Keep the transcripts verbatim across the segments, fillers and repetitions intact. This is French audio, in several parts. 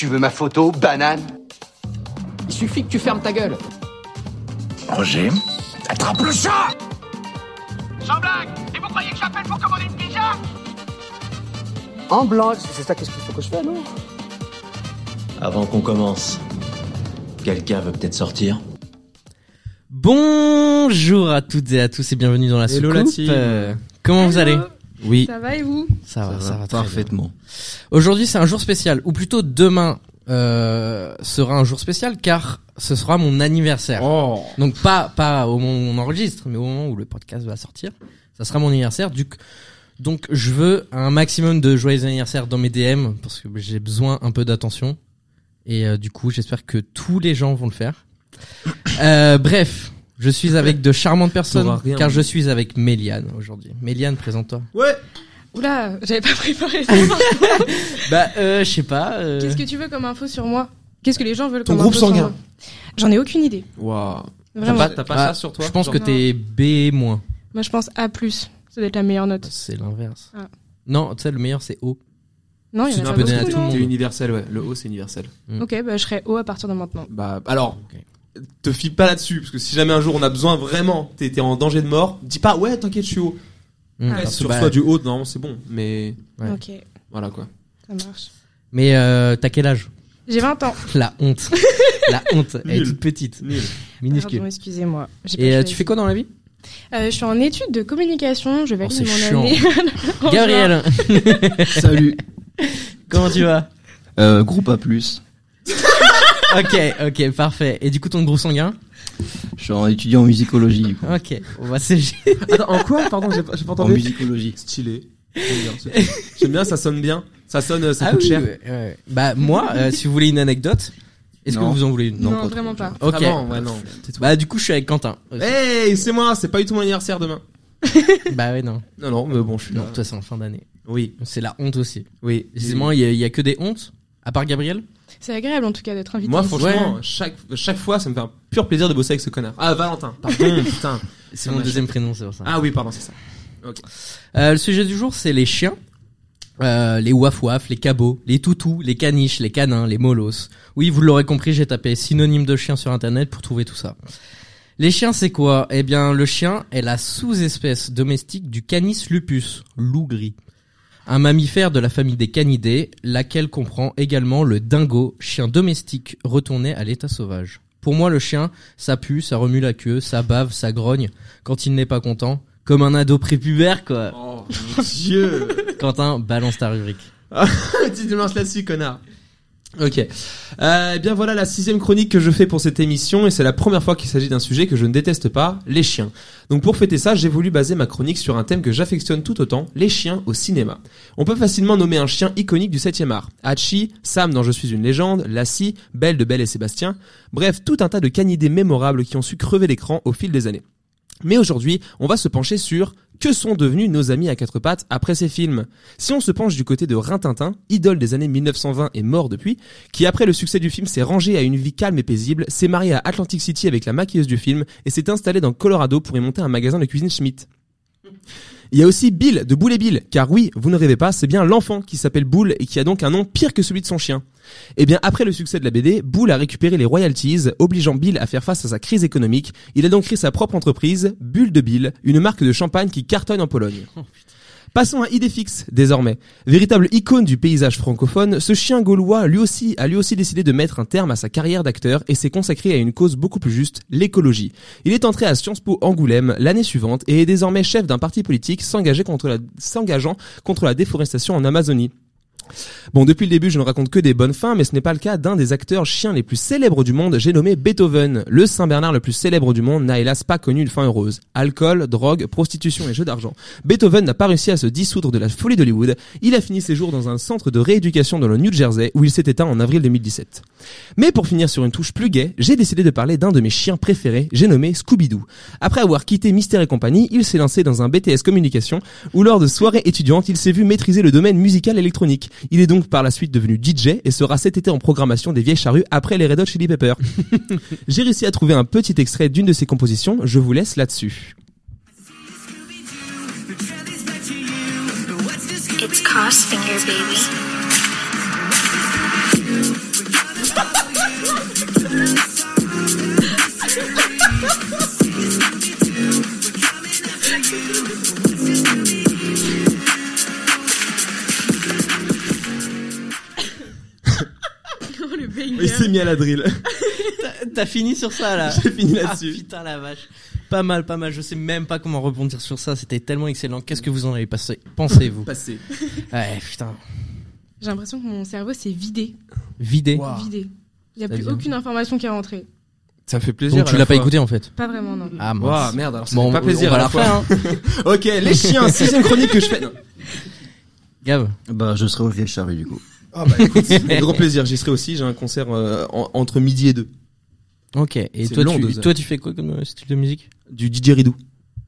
Tu veux ma photo, banane? Il suffit que tu fermes ta gueule. Roger, attrape le chat! Sans blague! Et vous croyez que j'appelle pour commander une pizza? En blanc, c'est ça qu'est-ce qu'il faut que je fasse, non? Avant qu'on commence, quelqu'un veut peut-être sortir? Bonjour à toutes et à tous et bienvenue dans la Hello soucoupe. la team. Euh, comment vous allez? Oui, Ça va et vous? ça va, Ça ça va va très parfaitement. bien. Aujourd'hui, c'est un jour spécial, ou plutôt demain euh, sera un jour spécial car ce sera mon anniversaire. Oh. Donc pas pas au moment où on enregistre, mais au moment où le podcast va sortir, ça sera mon anniversaire. Du donc je veux un maximum de joyeux anniversaires dans mes D M parce que j'ai besoin un peu d'attention et euh, du coup j'espère que tous les gens vont le faire. Euh, bref, je suis avec de charmantes personnes T'auras rien. car je suis avec Méliane aujourd'hui. Méliane, présente-toi. Ouais. Oula, j'avais pas préparé ça. Bah euh, je sais pas. Euh... Qu'est-ce que tu veux comme info sur moi? Qu'est-ce que les gens veulent Ton comme groupe info sur sanguin. moi? J'en ai aucune idée. Waouh. T'as Vraiment. pas, t'as pas Ah, ça sur toi? Je pense Genre- que t'es B moins. Moi, je pense A plus. Ça doit être la meilleure note. C'est l'inverse. Ah. Non, tu sais le meilleur c'est O. Non, il y Tu en a peux pas donner à beaucoup, tout le non? monde. C'est universel, ouais. Le haut, c'est universel. Ok, bah je serai O à partir de maintenant. Bah, alors. Ok. Te fie pas là-dessus, parce que si jamais un jour on a besoin vraiment, t'es, t'es en danger de mort, dis pas, ouais, t'inquiète, je suis haut. Mmh, Ah, Ouais, parce si que, tu bah, reçois du haut, non, c'est bon. Mais, Ouais. Ok, voilà, quoi. ça marche. Mais euh, t'as quel âge? J'ai vingt ans. La honte. La honte. Elle est Nul. toute petite. Nul. Minuscule. Pardon, excusez-moi. J'ai pas Et euh, choisi. tu fais quoi dans la vie? euh, Je suis en études de communication. Je valide Oh, c'est mon chiant. année. En juin. Gabriel, Salut. comment tu vas? Euh, groupe A plus. Ok, ok, parfait. Et du coup, ton groupe sanguin? Je suis en étudiant en musicologie. du coup. Ok, on va se Attends, en quoi? Pardon, j'ai pas, j'ai pas En entendu. musicologie. Stylé. J'aime bien, c'est- J'aime bien, ça sonne bien. Ça sonne, euh, ça Ah coûte oui, cher. ouais, ouais. Bah moi, euh, si vous voulez une anecdote, est-ce que Non. vous en voulez une? Non, pas trop. vraiment pas. Ok. Vraiment, ouais, non. Tais-toi. Bah du coup, je suis avec Quentin. Hey, c'est moi, c'est pas du tout mon anniversaire demain. Bah ouais, non. Non, non, mais bon, je suis Non, là. toi c'est en fin d'année. Oui, C'est la honte aussi. oui. Décidément, il y, a- il y a que des hontes. À part Gabriel. C'est agréable en tout cas d'être invité. Moi, ici. franchement, chaque, chaque fois, ça me fait un pur plaisir de bosser avec ce connard. Ah, Valentin, pardon, putain. C'est Ça mon m'achète. deuxième prénom, c'est pour ça. Ah oui, pardon, c'est ça. Euh, le sujet du jour, c'est les chiens. Euh, les waf-waf, les cabots, les toutous, les caniches, les canins, les molosses. Oui, vous l'aurez compris, j'ai tapé synonyme de chien sur internet pour trouver tout ça. Les chiens, c'est quoi? Eh bien, le chien est la sous-espèce domestique du Canis lupus, loup gris. Un mammifère de la famille des canidés, laquelle comprend également le dingo, chien domestique retourné à l'état sauvage. Pour moi, le chien, ça pue, ça remue la queue, ça bave, ça grogne quand il n'est pas content. Comme un ado prépubère, quoi. Oh, mon dieu. Quentin, balance ta rubrique. Tu te lances là-dessus, connard. Ok. Euh, eh bien voilà la sixième chronique que je fais pour cette émission et c'est la première fois qu'il s'agit d'un sujet que je ne déteste pas, les chiens. Donc pour fêter ça, j'ai voulu baser ma chronique sur un thème que j'affectionne tout autant, les chiens au cinéma. On peut facilement nommer un chien iconique du septième art. Hachi, Sam dans Je suis une légende, Lassie, Belle de Belle et Sébastien. Bref, tout un tas de canidés mémorables qui ont su crever l'écran au fil des années. Mais aujourd'hui, on va se pencher sur que sont devenus nos amis à quatre pattes après ces films. Si on se penche du côté de Rintintin, idole des années mille neuf cent vingt et mort depuis, qui après le succès du film s'est rangé à une vie calme et paisible, s'est marié à Atlantic City avec la maquilleuse du film et s'est installé dans Colorado pour y monter un magasin de cuisine Schmidt. Il y a aussi Bill de Boule et Bill, car oui, vous ne rêvez pas, c'est bien l'enfant qui s'appelle Boule et qui a donc un nom pire que celui de son chien. Eh bien, après le succès de la B D, Boule a récupéré les royalties, obligeant Bill à faire face à sa crise économique. Il a donc créé sa propre entreprise, Bulle de Bill, une marque de champagne qui cartonne en Pologne. Passons à Idéfix, désormais. Véritable icône du paysage francophone, ce chien gaulois lui aussi, a lui aussi décidé de mettre un terme à sa carrière d'acteur et s'est consacré à une cause beaucoup plus juste, l'écologie. Il est entré à Sciences Po Angoulême l'année suivante et est désormais chef d'un parti politique s'engager contre la, s'engageant contre la déforestation en Amazonie. Bon, depuis le début, je ne raconte que des bonnes fins, mais ce n'est pas le cas d'un des acteurs chiens les plus célèbres du monde, j'ai nommé Beethoven. Le Saint-Bernard le plus célèbre du monde n'a hélas pas connu une fin heureuse. Alcool, drogue, prostitution et jeux d'argent. Beethoven n'a pas réussi à se dissoudre de la folie d'Hollywood. Il a fini ses jours dans un centre de rééducation dans le New Jersey, où il s'est éteint en avril deux mille dix-sept. Mais pour finir sur une touche plus gaie, j'ai décidé de parler d'un de mes chiens préférés, j'ai nommé Scooby-Doo. Après avoir quitté Mystère et compagnie, il s'est lancé dans un B T S communication, où lors de soirées étudiantes, il s'est vu maîtriser le domaine musical électronique. Il est donc par la suite devenu D J et sera cet été en programmation des Vieilles Charrues après les Red Hot Chili Peppers. J'ai réussi à trouver un petit extrait d'une de ses compositions, je vous laisse là-dessus. It's Crossfinger, baby. Il s'est mis à la drill. T'as- T'as fini sur ça là. J'ai fini Ah là-dessus. putain la vache. Pas mal, pas mal. Je sais même pas comment rebondir sur ça. C'était tellement excellent. Qu'est-ce que vous en avez passé, pensez-vous? Passé. Ouais, putain. J'ai l'impression que mon cerveau s'est vidé. Vidé. Wow. Vidé. Il n'y a Ça plus vient. aucune information qui est rentrée. Ça me fait plaisir. Donc tu à la l'as pas fois. écouté en fait. Pas vraiment, non. Ah mince. Waouh, merde, alors ça Bon, fait pas plaisir on va à la la fois. refaire, hein. Ok, les chiens, sixième chronique que je fais. Non. Gab. Bah, je serai au Vieille Charrue, du coup. Ah bah écoute, avec grand plaisir, j'y serai aussi, j'ai un concert euh, en- entre midi et deux. Ok. Et C'est toi, long, deux tu, heures. toi, tu fais quoi comme euh, style de musique? Du D J Ridou.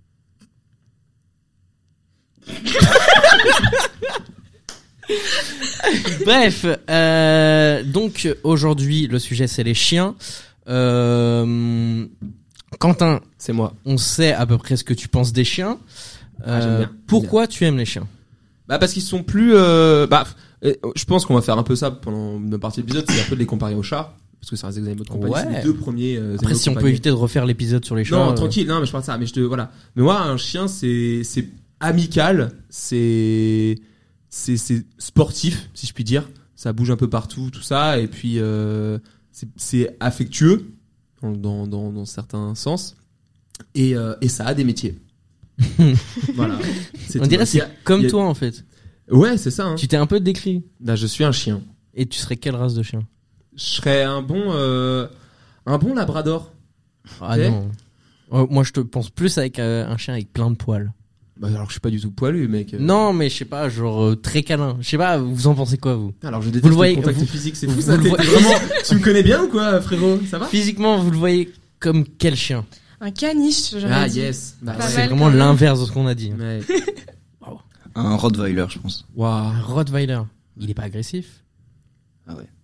Bref, euh, donc aujourd'hui le sujet c'est les chiens. Euh, Quentin, C'est moi. on sait à peu près ce que tu penses des chiens. Ah, j'aime Euh, bien. pourquoi tu aimes les chiens? Bah parce qu'ils sont plus... Euh, bah, euh, je pense qu'on va faire un peu ça pendant notre partie d'épisode, c'est un peu de les comparer aux chats. Parce que ça reste des animaux de compagnie, Ouais. c'est les deux premiers euh, Après, animaux si de on peut compagnie. éviter de refaire l'épisode sur les chats. Non, euh, tranquille, non mais je parle de ça, mais je te... Voilà. Mais moi, un chien, c'est c'est amical, c'est... C'est c'est sportif, si je puis dire. Ça bouge un peu partout, tout ça, et puis euh, c'est c'est affectueux, dans, dans, dans, dans certains sens. Et, euh, et ça a des métiers. Voilà. C'est On tout. dirait Il y a- c'est comme il y a- toi en fait. Ouais, c'est ça. Hein. Tu t'es un peu décrit. Là, je suis un chien. Et tu serais quelle race de chien? Je serais un bon, euh, un bon labrador. Ah Ok. non. Oh, moi je te pense plus avec euh, un chien avec plein de poils. Bah alors que je suis pas du tout poilu, mec. Non, mais je sais pas, genre euh, très câlin. Je sais pas, vous en pensez quoi vous? Alors je déteste Vous le voyez- le contact vous- physique, c'est vous- fou ça. vous le T'es- voyez- t'es vraiment, tu me connais bien ou quoi, frérot? Ça va? Physiquement, vous le voyez comme quel chien? Un caniche, j'aurais Ah dit. yes. Bah, Pas ouais. C'est mal, vraiment quand même. l'inverse de ce qu'on a dit. Ouais. Un Rottweiler, je pense. Un Waouh. Rottweiler, il est pas agressif? Ah ouais.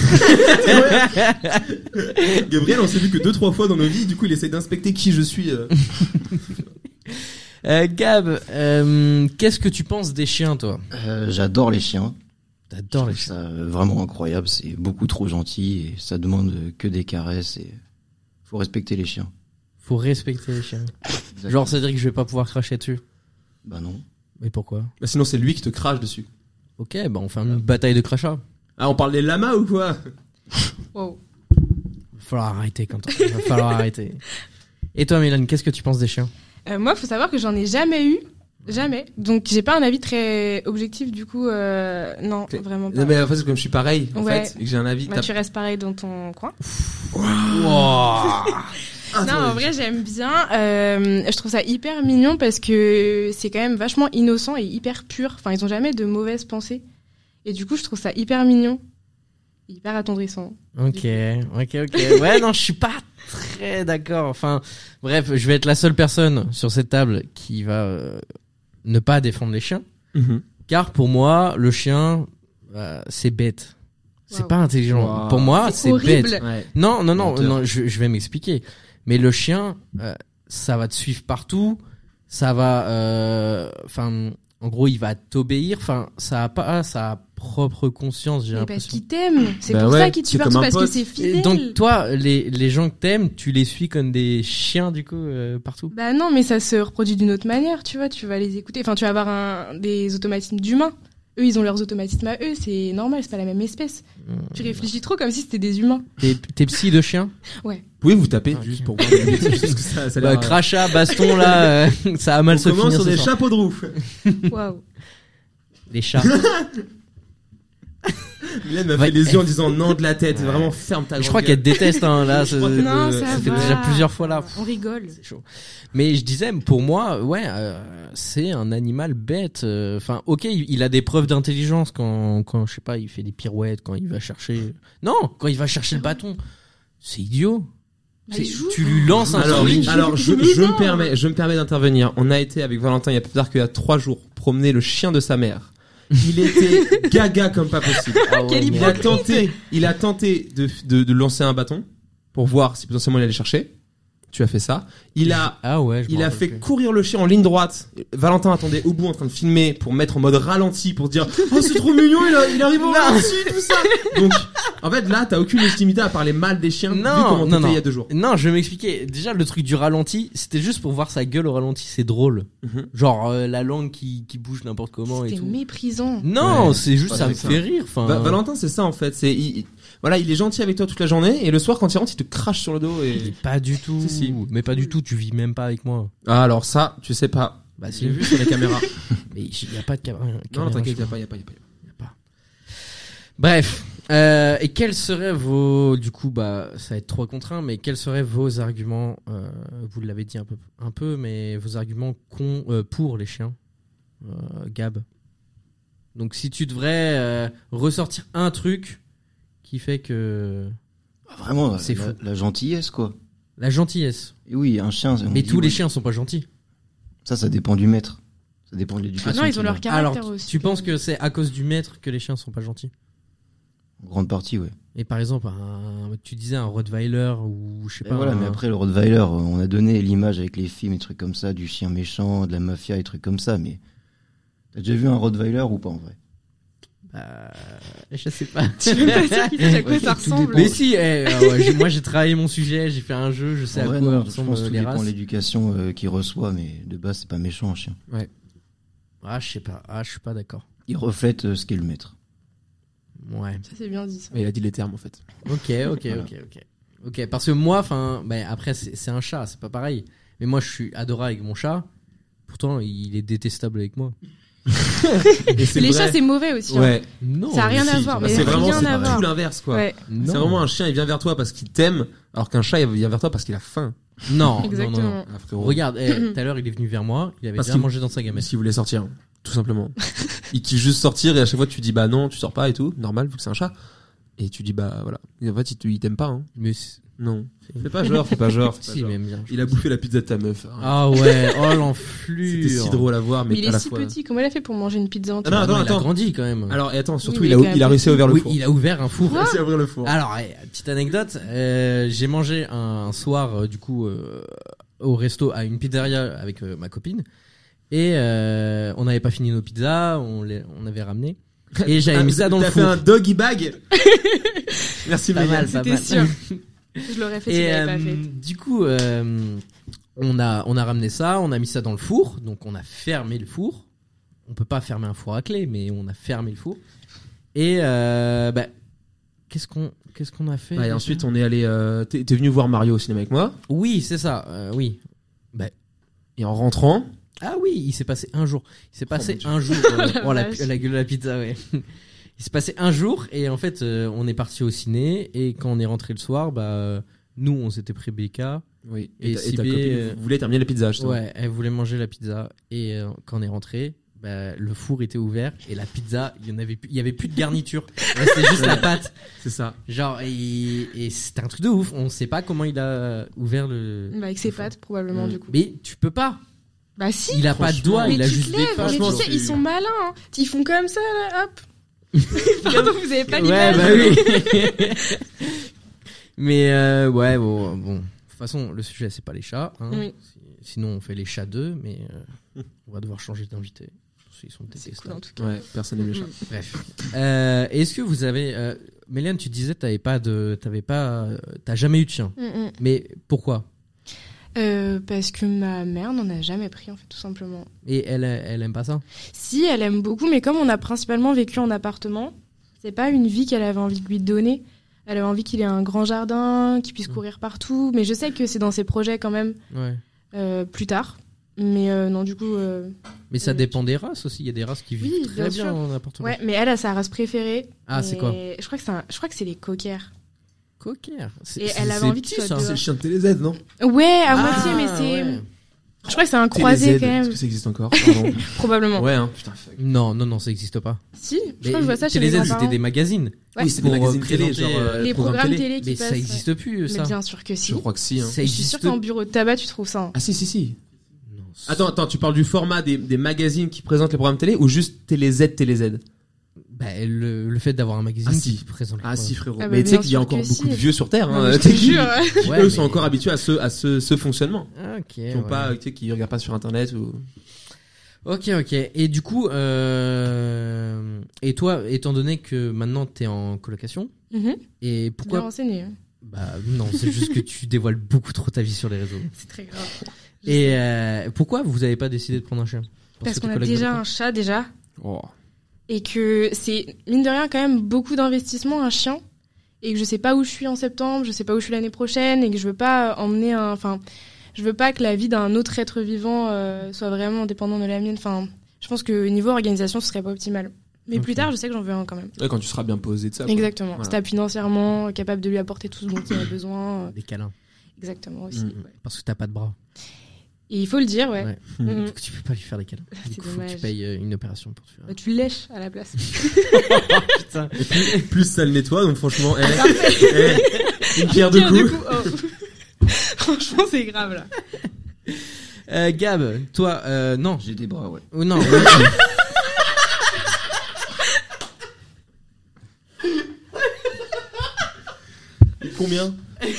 Gabriel, on s'est vu que deux trois fois dans nos vies, du coup il essaie d'inspecter qui je suis. euh. Euh, Gab, euh, qu'est-ce que tu penses des chiens, toi? Euh, j'adore les chiens. T'adores les Je trouve chiens. ça euh, vraiment incroyable. C'est beaucoup trop gentil et ça demande euh, que des caresses et faut respecter les chiens. Faut respecter les chiens. Exactement. Genre, c'est-à-dire que je vais pas pouvoir cracher dessus. Bah non. Mais pourquoi? Bah sinon c'est lui qui te crache dessus. Ok, bah on fait une bataille de crachats. Ah on parle des lamas ou quoi? Wow. Va falloir arrêter, Quentin. Va falloir arrêter. Et toi, Mélane, qu'est-ce que tu penses des chiens? Euh, moi, faut savoir que j'en ai jamais eu. Jamais. Donc, j'ai pas un avis très objectif, du coup, euh, non, Ok. vraiment pas. Non mais en fait c'est comme je suis pareil en Ouais. fait et que j'ai un avis. Bah, t'as- tu restes pareil dans ton coin. Ah, Non, en vrai, j'aime bien. Euh, je trouve ça hyper mignon parce que c'est quand même vachement innocent et hyper pur. Enfin, ils ont jamais de mauvaises pensées. Et du coup, je trouve ça hyper mignon. Hyper attendrissant. Ok, ok, ok. Ouais, non, je suis pas très d'accord. Enfin, bref, je vais être la seule personne sur cette table qui va euh, ne pas défendre les chiens. Mhm. Car pour moi, le chien, euh, c'est bête. C'est Wow. pas intelligent. Wow. Pour moi, C'est c'est horrible. bête. Ouais. Non, non, non, Menteur. non je, je vais m'expliquer. Mais le chien, euh, ça va te suivre partout. Ça va, euh, enfin, en gros, il va t'obéir. Enfin, ça a pas sa propre conscience, j'ai Mais parce l'impression. qu'ils t'aiment. C'est Bah pour ouais, ça qu'ils te c'est supportent comme un parce que pote. c'est Et fidèle. donc, toi, les, les gens que t'aimes, tu les suis comme des chiens, du coup, euh, partout. Bah non, mais ça se reproduit d'une autre manière, tu vois. Tu vas les écouter. Enfin, tu vas avoir un, des automatismes d'humains. Eux, ils ont leurs automatismes à eux. C'est normal, c'est pas la même espèce. Tu réfléchis trop comme si c'était des humains. T'es, t'es psy de chien? Vous pouvez vous taper Ok. juste pour voir le métier, juste que ça, ça a Bah, l'air- crachat, baston, là, euh, ça a mal On se commence finir sur ce des soir. chapeaux de roue. Waouh. Les chats. Mylène m'a Ouais. fait les yeux en disant non de la tête. Vraiment ferme ta Je grande crois gueule. qu'elle te déteste, hein, là. Je crois c'est- qu'elle Non, Euh, ça c'était va. déjà plusieurs fois là. On rigole. C'est chaud. Mais je disais, pour moi, ouais, euh, c'est un animal bête. euh, Enfin, ok, il, il a des preuves d'intelligence quand, quand, je sais pas, il fait des pirouettes, quand il va chercher. Non, quand il va chercher le bâton, c'est idiot. Bah, C'est- il joue. tu lui lances un Alors, truc. alors je, Mais je non. me permets, je me permets d'intervenir. On a été avec Valentin il y a plus tard qu'il y a trois jours promener le chien de sa mère. Il était gaga comme pas possible. Ah ouais, Quel mais- Il a tenté, il a tenté de, de, de lancer un bâton pour voir si potentiellement il allait chercher. Tu as fait ça. Il a, Ah ouais, je il m'en a rappelle fait plus. courir le chien en ligne droite. Valentin attendait au bout en train de filmer pour mettre en mode ralenti pour dire oh c'est trop mignon il, a- il arrive au ralenti tout ça. Donc En fait, là, t'as aucune légitimité à parler mal des chiens. vu Non, comment non, t'étais non. il y a deux jours. Non, je vais m'expliquer. Déjà, le truc du ralenti, c'était juste pour voir sa gueule au ralenti, c'est drôle. Mhm. Genre, euh, la langue qui, qui bouge n'importe comment et C'était tout. méprisant. Non, Ouais. c'est juste, Ouais, ça me c'est ça. fait rire. Enfin, Va- Valentin, c'est ça en fait. C'est il, il- voilà, il est gentil avec toi toute la journée et le soir quand il rentre, il te crache sur le dos mais et. pas du tout. Si, si. Mais pas du tout, tu vis même pas avec moi. Ah alors ça, tu sais pas. Bah, J'ai vu sur les caméras. Mais il y a pas de cam- Non, caméra. non, t'inquiète, chez y a moi. pas, y a pas, y a pas. Y a pas. Bref. Euh, et quels seraient vos, du coup, bah, ça va être trois contre un, mais quels seraient vos arguments, euh, vous l'avez dit un peu, un peu, mais vos arguments con, euh, pour les chiens, euh, Gab. Donc, si tu devrais euh, ressortir un truc qui fait que Ah, Vraiment, C'est la, fou. la gentillesse, quoi. la gentillesse. Et oui, un chien. on Mais dit, tous les oui. chiens sont pas gentils. Ça, ça dépend du maître. Ça dépend de Ah l'éducation. non, ils qu'il ont leur a. caractère Alors, aussi. tu penses que c'est à cause du maître que les chiens sont pas gentils? En grande partie, ouais. Et par exemple, un, tu disais un Rottweiler ou je sais Et pas. voilà, un- mais après, le Rottweiler, euh, on a donné l'image avec les films et trucs comme ça, du chien méchant, de la mafia et trucs comme ça, mais t'as déjà vu un Rottweiler ou pas en vrai? Bah, je sais pas. Je suis même pas sûre qu'il sache à quoi Ouais, ça tout ressemble. dépend. Mais si, eh, euh, ouais, j'ai- moi j'ai travaillé mon sujet, j'ai fait un jeu, je sais En à vrai, quoi non, je ressemblent pense que tout les dépend races. de l'éducation euh, qu'il reçoit, mais de base, c'est pas méchant, un chien. Ah, je sais pas, ah, je suis pas d'accord. Il reflète euh, ce qu'est le maître. Ouais. Ça, c'est bien dit, ça. Il a dit les termes en fait. Ok, ok, ok, ok. Ok, parce que moi, enfin, bah, après c'est c'est un chat, c'est pas pareil. Mais moi je suis adorable avec mon chat, pourtant il est détestable avec moi. Et c'est Les vrai. chats, c'est mauvais aussi. hein. Ouais. Non. Ça a rien mais à si, voir, tu mais vois, c'est vraiment rien c'est à voir. tout l'inverse quoi. Ouais. Non. C'est vraiment un chien, il vient vers toi parce qu'il t'aime, alors qu'un chat il vient vers toi parce qu'il a faim. Non, non, Exactement. non, non. Ah, frérot. Regarde, eh, tout à l'heure il est venu vers moi, il avait Parce déjà qu'il- mangé dans sa Mais gamelle. s'il voulait sortir, tout simplement. Il kiffe juste sortir et à chaque fois tu dis bah non, tu sors pas et tout, normal vu que c'est un chat. Et tu dis bah voilà. Et en fait il, te- il t'aime pas hein. Mais c'est- Non. Fais pas genre, fais pas genre. fais pas si, il genre. m'aime bien. Il a bouffé la pizza de ta meuf. hein. Ah ouais, oh l'enflure. C'était si drôle à voir mais, Mais il à la est si fois. petit. Comment il a fait pour manger une pizza Ah entière non, Ah attends, non, il a attends. grandi quand même. Alors et attends, surtout Oui, il, mais a, il est quand il a même réussi à ouvrir le oui, four. il a ouvert un four. Il a réussi à ouvrir le four. Alors, eh, petite anecdote, euh, j'ai mangé un soir euh, du coup euh, au resto à une pizzeria avec euh, ma copine et euh, on n'avait pas fini nos pizzas, on, les, on avait ramené et j'avais mis ça dans le T'as four. fait un doggy bag. Merci Pas Megan. mal, pas C'était mal. sûr. Je l'aurais fait si Et je l'avais euh, pas fait. du coup, euh, on a on a ramené ça, on a mis ça dans le four, donc on a fermé le four. On peut pas fermer un four à clé, mais on a fermé le four. Et euh, bah, qu'est-ce qu'on qu'est-ce qu'on a fait Bah, et déjà ensuite on est allé. Euh, t'es, t'es venu voir Mario au cinéma avec moi Oui, c'est ça. euh, oui. Bah, et en rentrant. ah oui, il s'est passé un jour. Il s'est passé mon Dieu. un jour. euh, La oh la, vache. la gueule de la pizza, ouais. Il s'est passé un jour et en fait, euh, on est parti au ciné et quand on est rentré le soir, bah euh, nous, on s'était pris B K. Oui. Et Et, ta, et ta Sibé, copine euh, voulait terminer la pizza. justement. Ouais, elle voulait manger la pizza et euh, quand on est rentré, bah, le four était ouvert et la pizza, il y en avait plus, il y avait plus de garniture. Il restait juste la pâte. C'est ça. Genre et, et c'était un truc de ouf. On sait pas comment il a ouvert le. Bah, avec ses pattes, probablement, Mm. du coup. Mais tu peux pas. Bah, si. Il a pas de doigts, Mais il a tu juste te des lèves, pattes. mais tu Franchement, sais, ils tu- sont malins. hein. Ils font comme ça, là, hop. Pardon, vous avez pas Ouais, l'image. bah oui. Mais euh, ouais, bon, bon. De toute façon, le sujet c'est pas les chats. Hein. Oui. Si- Sinon, on fait les chats deux, mais euh, on va devoir changer d'invité. Ils sont C'est détestables. cool, en tout cas. Ouais. Personne n'aime les chats. Bref. Euh, est-ce que vous avez, euh, Méliane, tu disais t'avais pas de, t'avais pas, euh, t'as jamais eu de chien. Mm, mm. Mais pourquoi? Euh, parce que ma mère n'en a jamais pris, en fait, tout simplement. Et elle, elle aime pas ça? Si, elle aime beaucoup, mais comme on a principalement vécu en appartement, c'est pas une vie qu'elle avait envie de lui donner. Elle avait envie qu'il ait un grand jardin, qu'il puisse courir partout. Mais je sais que c'est dans ses projets quand même, Ouais. euh, plus tard. Mais euh, non, du coup... euh, Mais ça Euh, dépend des races aussi. Il y a des races qui vivent Oui, très bien bien sûr. en appartement. Ouais, mais elle a sa race préférée. Ah, c'est Et quoi? Je crois que c'est un- je crois que c'est les coquers. Cocker. C'est- Et c'est- elle avait c'est envie petit, qu'il soit ça. C'est dehors. le chien de T Z, non? Ouais, à Ah, moitié, mais c'est... ouais. Je crois que c'est un croisé T Z, quand Est-ce même, que ça existe encore? Pardon. probablement. Ouais, hein. Putain, fuck. Non, non, non, ça existe pas. Si, je crois que je vois ça chez les les Z, c'était grands-parents. des magazines. Ouais. Oui, c'est Pour, des magazines euh, télé, présenter, genre euh, Les programmes télé qui Mais passent. ça existe plus, ça. Mais bien sûr que si. Je crois que si. Hein. Ça Je suis sûre existe. que dans le bureau de tabac, tu trouves ça. hein. Ah si, si, si. Non, Attends, attends, tu parles du format des, des magazines qui présentent les programmes télé ou juste Télé Z, Télé Z? Bah, le, le fait d'avoir un magazine Ah, si. qui présente. Ah si, frérot. Ah bah, mais tu sais bien qu'il y a sûr encore que beaucoup si. de vieux sur Terre, Non, hein, mais je tu te sais, qui, jure. qui, Ouais, eux mais- sont encore habitués à ce, à ce, ce fonctionnement. Ok. Qui ont ouais. pas, tu sais, qui regardent pas sur internet ou. Ok, ok. Et du coup, euh, et toi, étant donné que maintenant t'es en colocation, Mhm. et Bien pourquoi renseigné. Bah non, c'est juste que tu dévoiles beaucoup trop ta vie sur les réseaux. C'est très grave. Et euh, pourquoi vous avez pas décidé de prendre un chien? Parce que qu'on tes a collègues déjà veulent un chat déjà. Oh. Et que c'est, mine de rien, quand même beaucoup d'investissement, un chien. Et que je sais pas où je suis en septembre, je sais pas où je suis l'année prochaine, et que je veux pas emmener un, enfin, je veux pas que la vie d'un autre être vivant euh, soit vraiment dépendant de la mienne. Enfin, je pense que niveau organisation, ce serait pas optimal. Mais Ok. plus tard, je sais que j'en veux un quand même. Ouais, quand tu seras bien posé de ça. quoi. Exactement. Voilà. Stable financièrement, capable de lui apporter tout ce dont il a besoin. euh, pas des câlins. Exactement aussi. Mm. Ouais. Parce que t'as pas de bras. Et il faut le dire, ouais. Ouais. Mhm. Du coup, tu peux pas lui faire des câlins. C'est Du coup, faut que tu dommage. payes euh, une opération pour te faire. Bah, tu le lèches à la place. Putain. Et plus, plus ça le nettoie, donc franchement, eh, eh, une pierre de Pierre de coups. coup, oh. Franchement, c'est grave là. Euh, Gab, toi, euh, non. J'ai des bras, ouais. Oh, non. oui. Combien?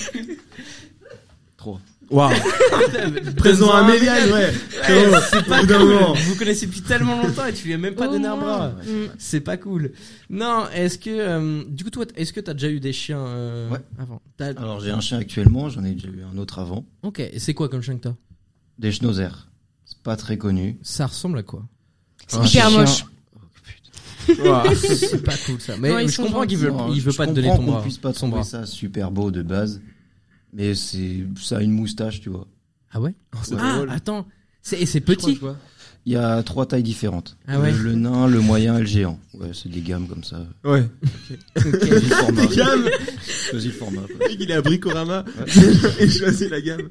Trois. Waouh. Présent à Méliane, ouais. Ouais, Oh, c'est pas au bout d'un cool. moment. Vous vous connaissez depuis tellement longtemps et tu lui as même pas Au donné un moins. bras. Mm. C'est pas cool. Non, est-ce que euh, du coup toi, est-ce que t'as déjà eu des chiens euh, Ouais. avant? T'as- Alors j'ai un chien actuellement, j'en ai déjà eu un autre avant. Ok. Et c'est quoi comme chien que t'as? Des Schnauzer. C'est pas très connu. Ça ressemble à quoi? C'est Un hyper chien- moche. Oh, putain. Waouh. C'est pas cool ça. Mais Non, ils je sont comprends qu'il veut, Non, il veut je pas te donner comprends ton qu'on bras. puisse pas son trouver bras. ça super beau de base. Mais c'est, ça a une moustache, tu vois. Ah ouais? C'est Ah drôle. attends. C'est et c'est Je crois que petit. je vois. Il y a trois tailles différentes. Ah ouais. le, le nain, le moyen et le géant. Ouais, c'est des gammes comme ça. Ouais. Ok. Choisis le format. Gamme. Choisis le format. quoi. Il est à Bricorama et choisit la gamme.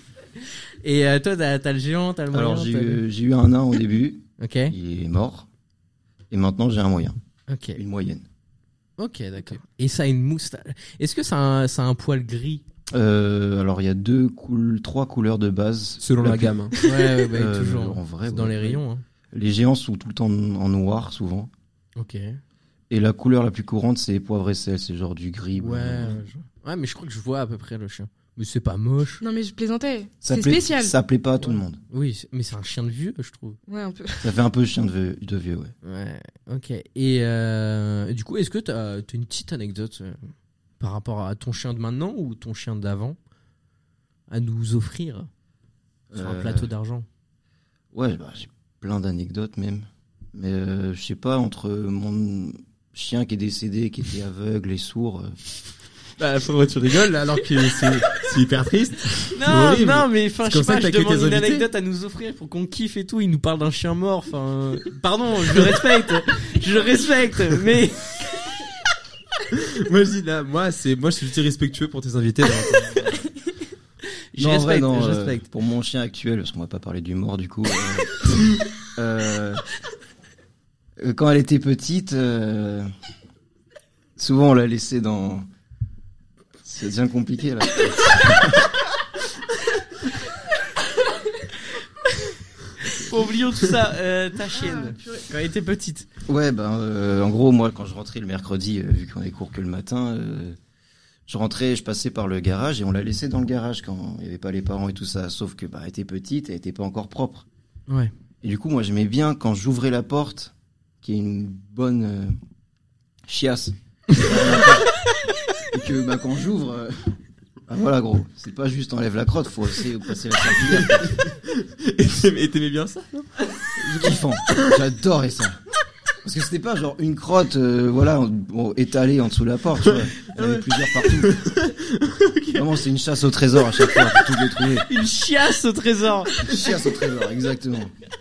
Et euh, toi, t'as, t'as le géant, t'as le moyen. Alors j'ai t'as le- eu, j'ai eu un nain au début. Ok. Il est mort. Et maintenant j'ai un moyen. Ok. Une moyenne. Ok, d'accord. Et ça a une moustache. Est-ce que ça a un, ça a un poil gris? Euh, alors il y a deux coul- trois couleurs de base. Selon la plus- gamme. hein. Ouais, ouais, bah, Euh, toujours. en vrai, C'est dans ouais. les rayons. Hein. Les géants sont tout le temps en en noir souvent. Ok. Et la couleur la plus courante c'est poivre et sel. C'est genre du gris. Ouais. blanc. je- Ouais, mais je crois que je vois à peu près le chien. Mais c'est pas moche. Non, mais je plaisantais. Ça C'est plaît- spécial. Ça plaît pas à tout le monde. Oui, c'est- mais c'est un chien de vieux, je trouve. Ouais, un peu. Ça fait un peu chien de vieux, de vieux ouais. Ouais. Ok. Et euh, du coup, est-ce que t'as, t'as une petite anecdote euh, par rapport à ton chien de maintenant ou ton chien d'avant à nous offrir sur un Euh, plateau d'argent? Ouais, bah, j'ai plein d'anecdotes même. Mais euh, je sais pas, entre mon chien qui est décédé, qui était aveugle et sourd. euh, Bah, faudrait que tu rigoles, là, alors que c'est, c'est hyper triste. Non, horrible. non, mais enfin, C'est je comme sais ça pas, que je t'accueilles demande tes une invités. anecdote à nous offrir pour qu'on kiffe et tout. Il nous parle d'un chien mort. Enfin, euh, pardon, je le respecte, je le respecte, mais Moi, je dis là, moi, c'est, moi, je suis respectueux pour tes invités. donc. je non, en vrai, respecte, non, je euh, respecte. pour mon chien actuel, parce qu'on va pas parler du mort du coup. euh, euh, euh, quand elle était petite, euh, souvent on l'a laissée dans. C'est bien compliqué là. Oublions tout ça. Euh, ta chienne, quand elle était petite. Ouais, ben euh, en gros, moi, quand je rentrais le mercredi, euh, vu qu'on est cours que le matin, euh, je rentrais, je passais par le garage et on l'a laissée dans le garage quand il y avait pas les parents et tout ça. Sauf que bah, elle était petite, elle était pas encore propre. Ouais. Et du coup, moi, j'aimais bien quand j'ouvrais la porte, qu'il y ait une bonne euh, chiasse. Et que bah, quand j'ouvre, euh, bah, voilà gros, c'est pas juste enlève la crotte, faut aussi passer la serpillière. Et t'aimais, et t'aimais bien ça, non? Kiffant, j'adorais ça. Parce que c'était pas genre une crotte, euh, voilà, en- bon, étalée en dessous de la porte, tu vois. Il y en avait plusieurs partout. Vraiment, c'est une chasse au trésor à chaque fois pour tout les trouver. Une chiasse au trésor. Une chasse au trésor, exactement.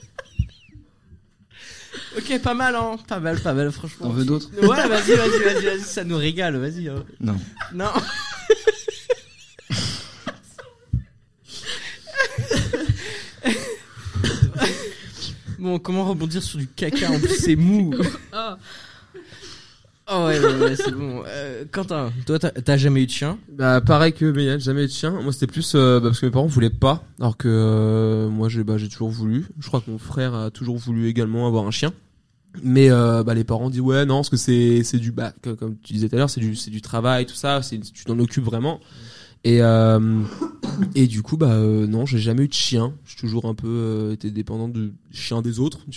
Ok, pas mal, hein. Pas mal, pas mal, franchement. T'en veux d'autres? Ouais, vas-y, vas-y, vas-y, vas-y, ça nous régale, vas-y. Hein. Non. Non. Bon, comment rebondir sur du caca en plus c'est mou. Oh. Oh ouais, ouais, ouais, c'est bon. Euh, Quentin, toi t'as t'as jamais eu de chien? Bah, pareil que Méliane, jamais eu de chien. Moi, c'était plus, euh, bah, parce que mes parents voulaient pas. Alors que, euh, moi, j'ai, bah, j'ai toujours voulu. Je crois que mon frère a toujours voulu également avoir un chien. Mais, euh, bah, les parents disent, ouais, non, parce que c'est, c'est du, bah, que- comme tu disais tout à l'heure, c'est du, c'est du travail, tout ça, c'est, tu t'en occupes vraiment. Et, euh, et du coup, bah, euh, non, j'ai jamais eu de chien. J'ai toujours un peu, euh, été dépendant de chiens des autres, tu vois.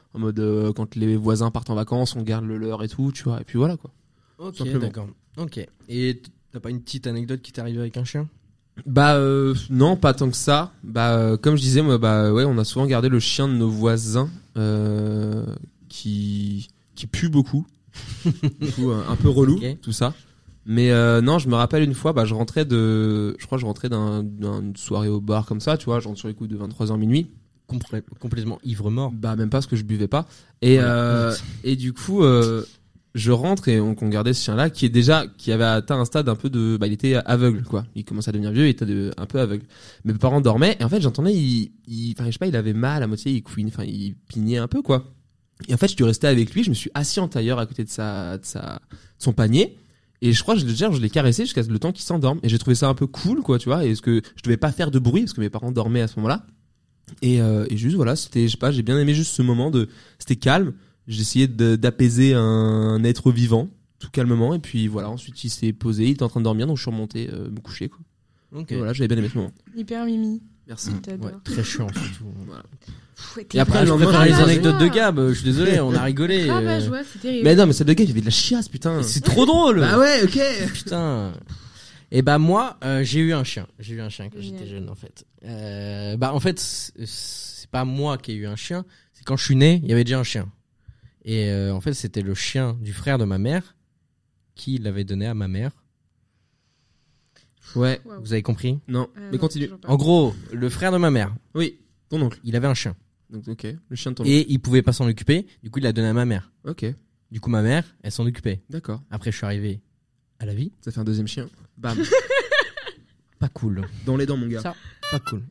En mode, euh, quand les voisins partent en vacances, on garde le leur et tout, tu vois. Et puis voilà, quoi. Ok, Simplement. d'accord. Ok. Et t'as pas une petite anecdote qui t'est arrivée avec un chien? Bah, euh, non, pas tant que ça. Bah, euh, comme je disais, moi, bah, ouais, on a souvent gardé le chien de nos voisins, euh, qui, qui pue beaucoup. Du coup, un, un peu relou, Ok. tout ça. Mais euh, non, je me rappelle une fois, bah, je rentrais de, je crois, que je rentrais d'un, d'une soirée au bar comme ça, tu vois, je rentre sur les coups de vingt-trois heures minuit. Complè- complètement ivre mort. Bah, même pas parce que je buvais pas. Et Voilà. euh, et du coup, euh, je rentre et on, on gardait ce chien-là qui est déjà, qui avait atteint un stade un peu de, bah, il était aveugle, quoi. Il commençait à devenir vieux, il était de- un peu aveugle. Mes parents dormaient et en fait, j'entendais, il, il, enfin, je sais pas, il avait mal à moitié, il couinait, enfin, il pignait un peu, quoi. Et en fait, je suis resté avec lui, je me suis assis en tailleur à côté de sa, de sa, de son panier. Et je crois que je, genre, je l'ai caressé jusqu'à le temps qu'il s'endorme. Et j'ai trouvé ça un peu cool, quoi, tu vois. Et ce que je devais pas faire de bruit parce que mes parents dormaient à ce moment-là. Et, euh, et juste, voilà, c'était, je sais pas, j'ai bien aimé juste ce moment de, c'était calme. J'ai essayé de, d'apaiser un être vivant, tout calmement. Et puis voilà, ensuite il s'est posé, il était en train de dormir, donc je suis remonté euh, me coucher, quoi. Ok. Et voilà, j'avais bien aimé ce moment. Hyper mimi. Merci. T'adores. Ouais, très chiant surtout. Voilà. Pff, ouais, Et après, Ah, le je lendemain, préfère les j'ai- anecdotes de Gab, euh, je suis désolé, on a rigolé. Grave à euh. joie, c'est terrible. Mais non, mais celle de gars, il y avait de la chiasse, putain. C'est trop drôle. Bah ouais, ok. Putain. Et bah moi, euh, j'ai eu un chien. J'ai eu un chien quand Génial. j'étais jeune en fait. Euh, bah en fait, c'est- c'est pas moi qui ai eu un chien. C'est quand je suis né, il y avait déjà un chien. Et euh, en fait, c'était le chien du frère de ma mère qui l'avait donné à ma mère. Ouais. Waouh. Vous avez compris? Non, Euh, mais non, continue. toujours pas. En gros, le frère de ma mère, Oui, ton oncle. il avait un chien Donc, ok. Le chien de ton oncle. et il pouvait pas s'en occuper. Du coup, il l'a donné à ma mère. Ok. Du coup, ma mère, elle s'en occupait. D'accord. Après, je suis arrivé à la vie. Ça fait un deuxième chien. Bam. Pas cool. Dans les dents, mon gars. Ça, pas cool.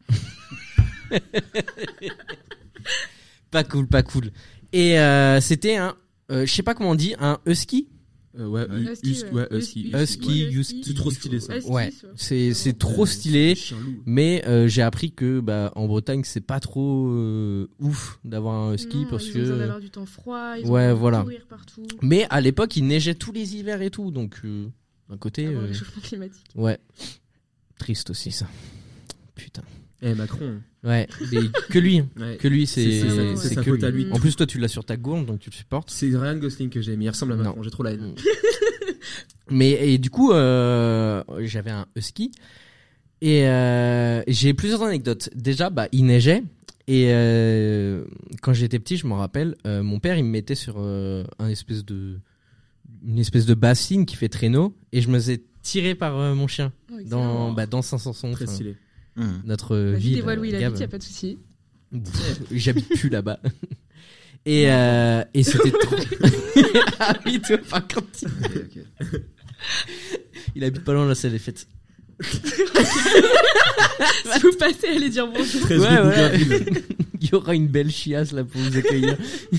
Pas cool, pas cool. Et euh, c'était un, euh, je sais pas comment on dit, un husky. Euh, ouais, Ouais. hus- hus- ouais, husky. Husky, Ouais, husky. C'est trop stylé, ça. Husky, Ouais, ça. c'est c'est trop stylé. Chien loup. Mais euh, j'ai appris que bah en Bretagne c'est pas trop euh, ouf d'avoir un husky Non, parce ils que. ont besoin d'avoir du temps froid, ils Ouais, ont besoin de voilà. courir partout. Mais à l'époque il neigeait tous les hivers et tout, donc euh, d'un côté. Avant le euh, réchauffement climatique. Ouais. Triste aussi ça. Putain. Eh, Macron. Ouais. Mais que lui, Ouais. que lui c'est C'est- c'est- c'est c'est sa que faute à lui. lui. En plus toi tu l'as sur ta gourde donc tu le supportes. C'est Ryan Gosling que j'aime. Il ressemble à Non. Macron. J'ai trop la haine. Mais et du coup, euh, j'avais un husky et euh, j'ai plusieurs anecdotes. Déjà, bah il neigeait et euh, quand j'étais petit, je me rappelle, euh, mon père il me mettait sur euh, un espèce de une espèce de bassine qui fait traîneau et je me faisais tirer par euh, mon chien Oh, excellent. dans bah dans Saint-Sanson, Très enfin, stylé. Mmh. notre Vas-y, ville. dévoile où il euh, habite, Gab. y a pas de souci. Pff, J'habite plus là-bas. Et euh, et c'était trop. Ah oui, toi, par contre, Ok, ok. il habite pas loin de la salle des fêtes. Si vous passez, allez dire bonjour. treize Ouais, rue ouais. Bougainville. Il y aura une belle chiasse là pour vous accueillir.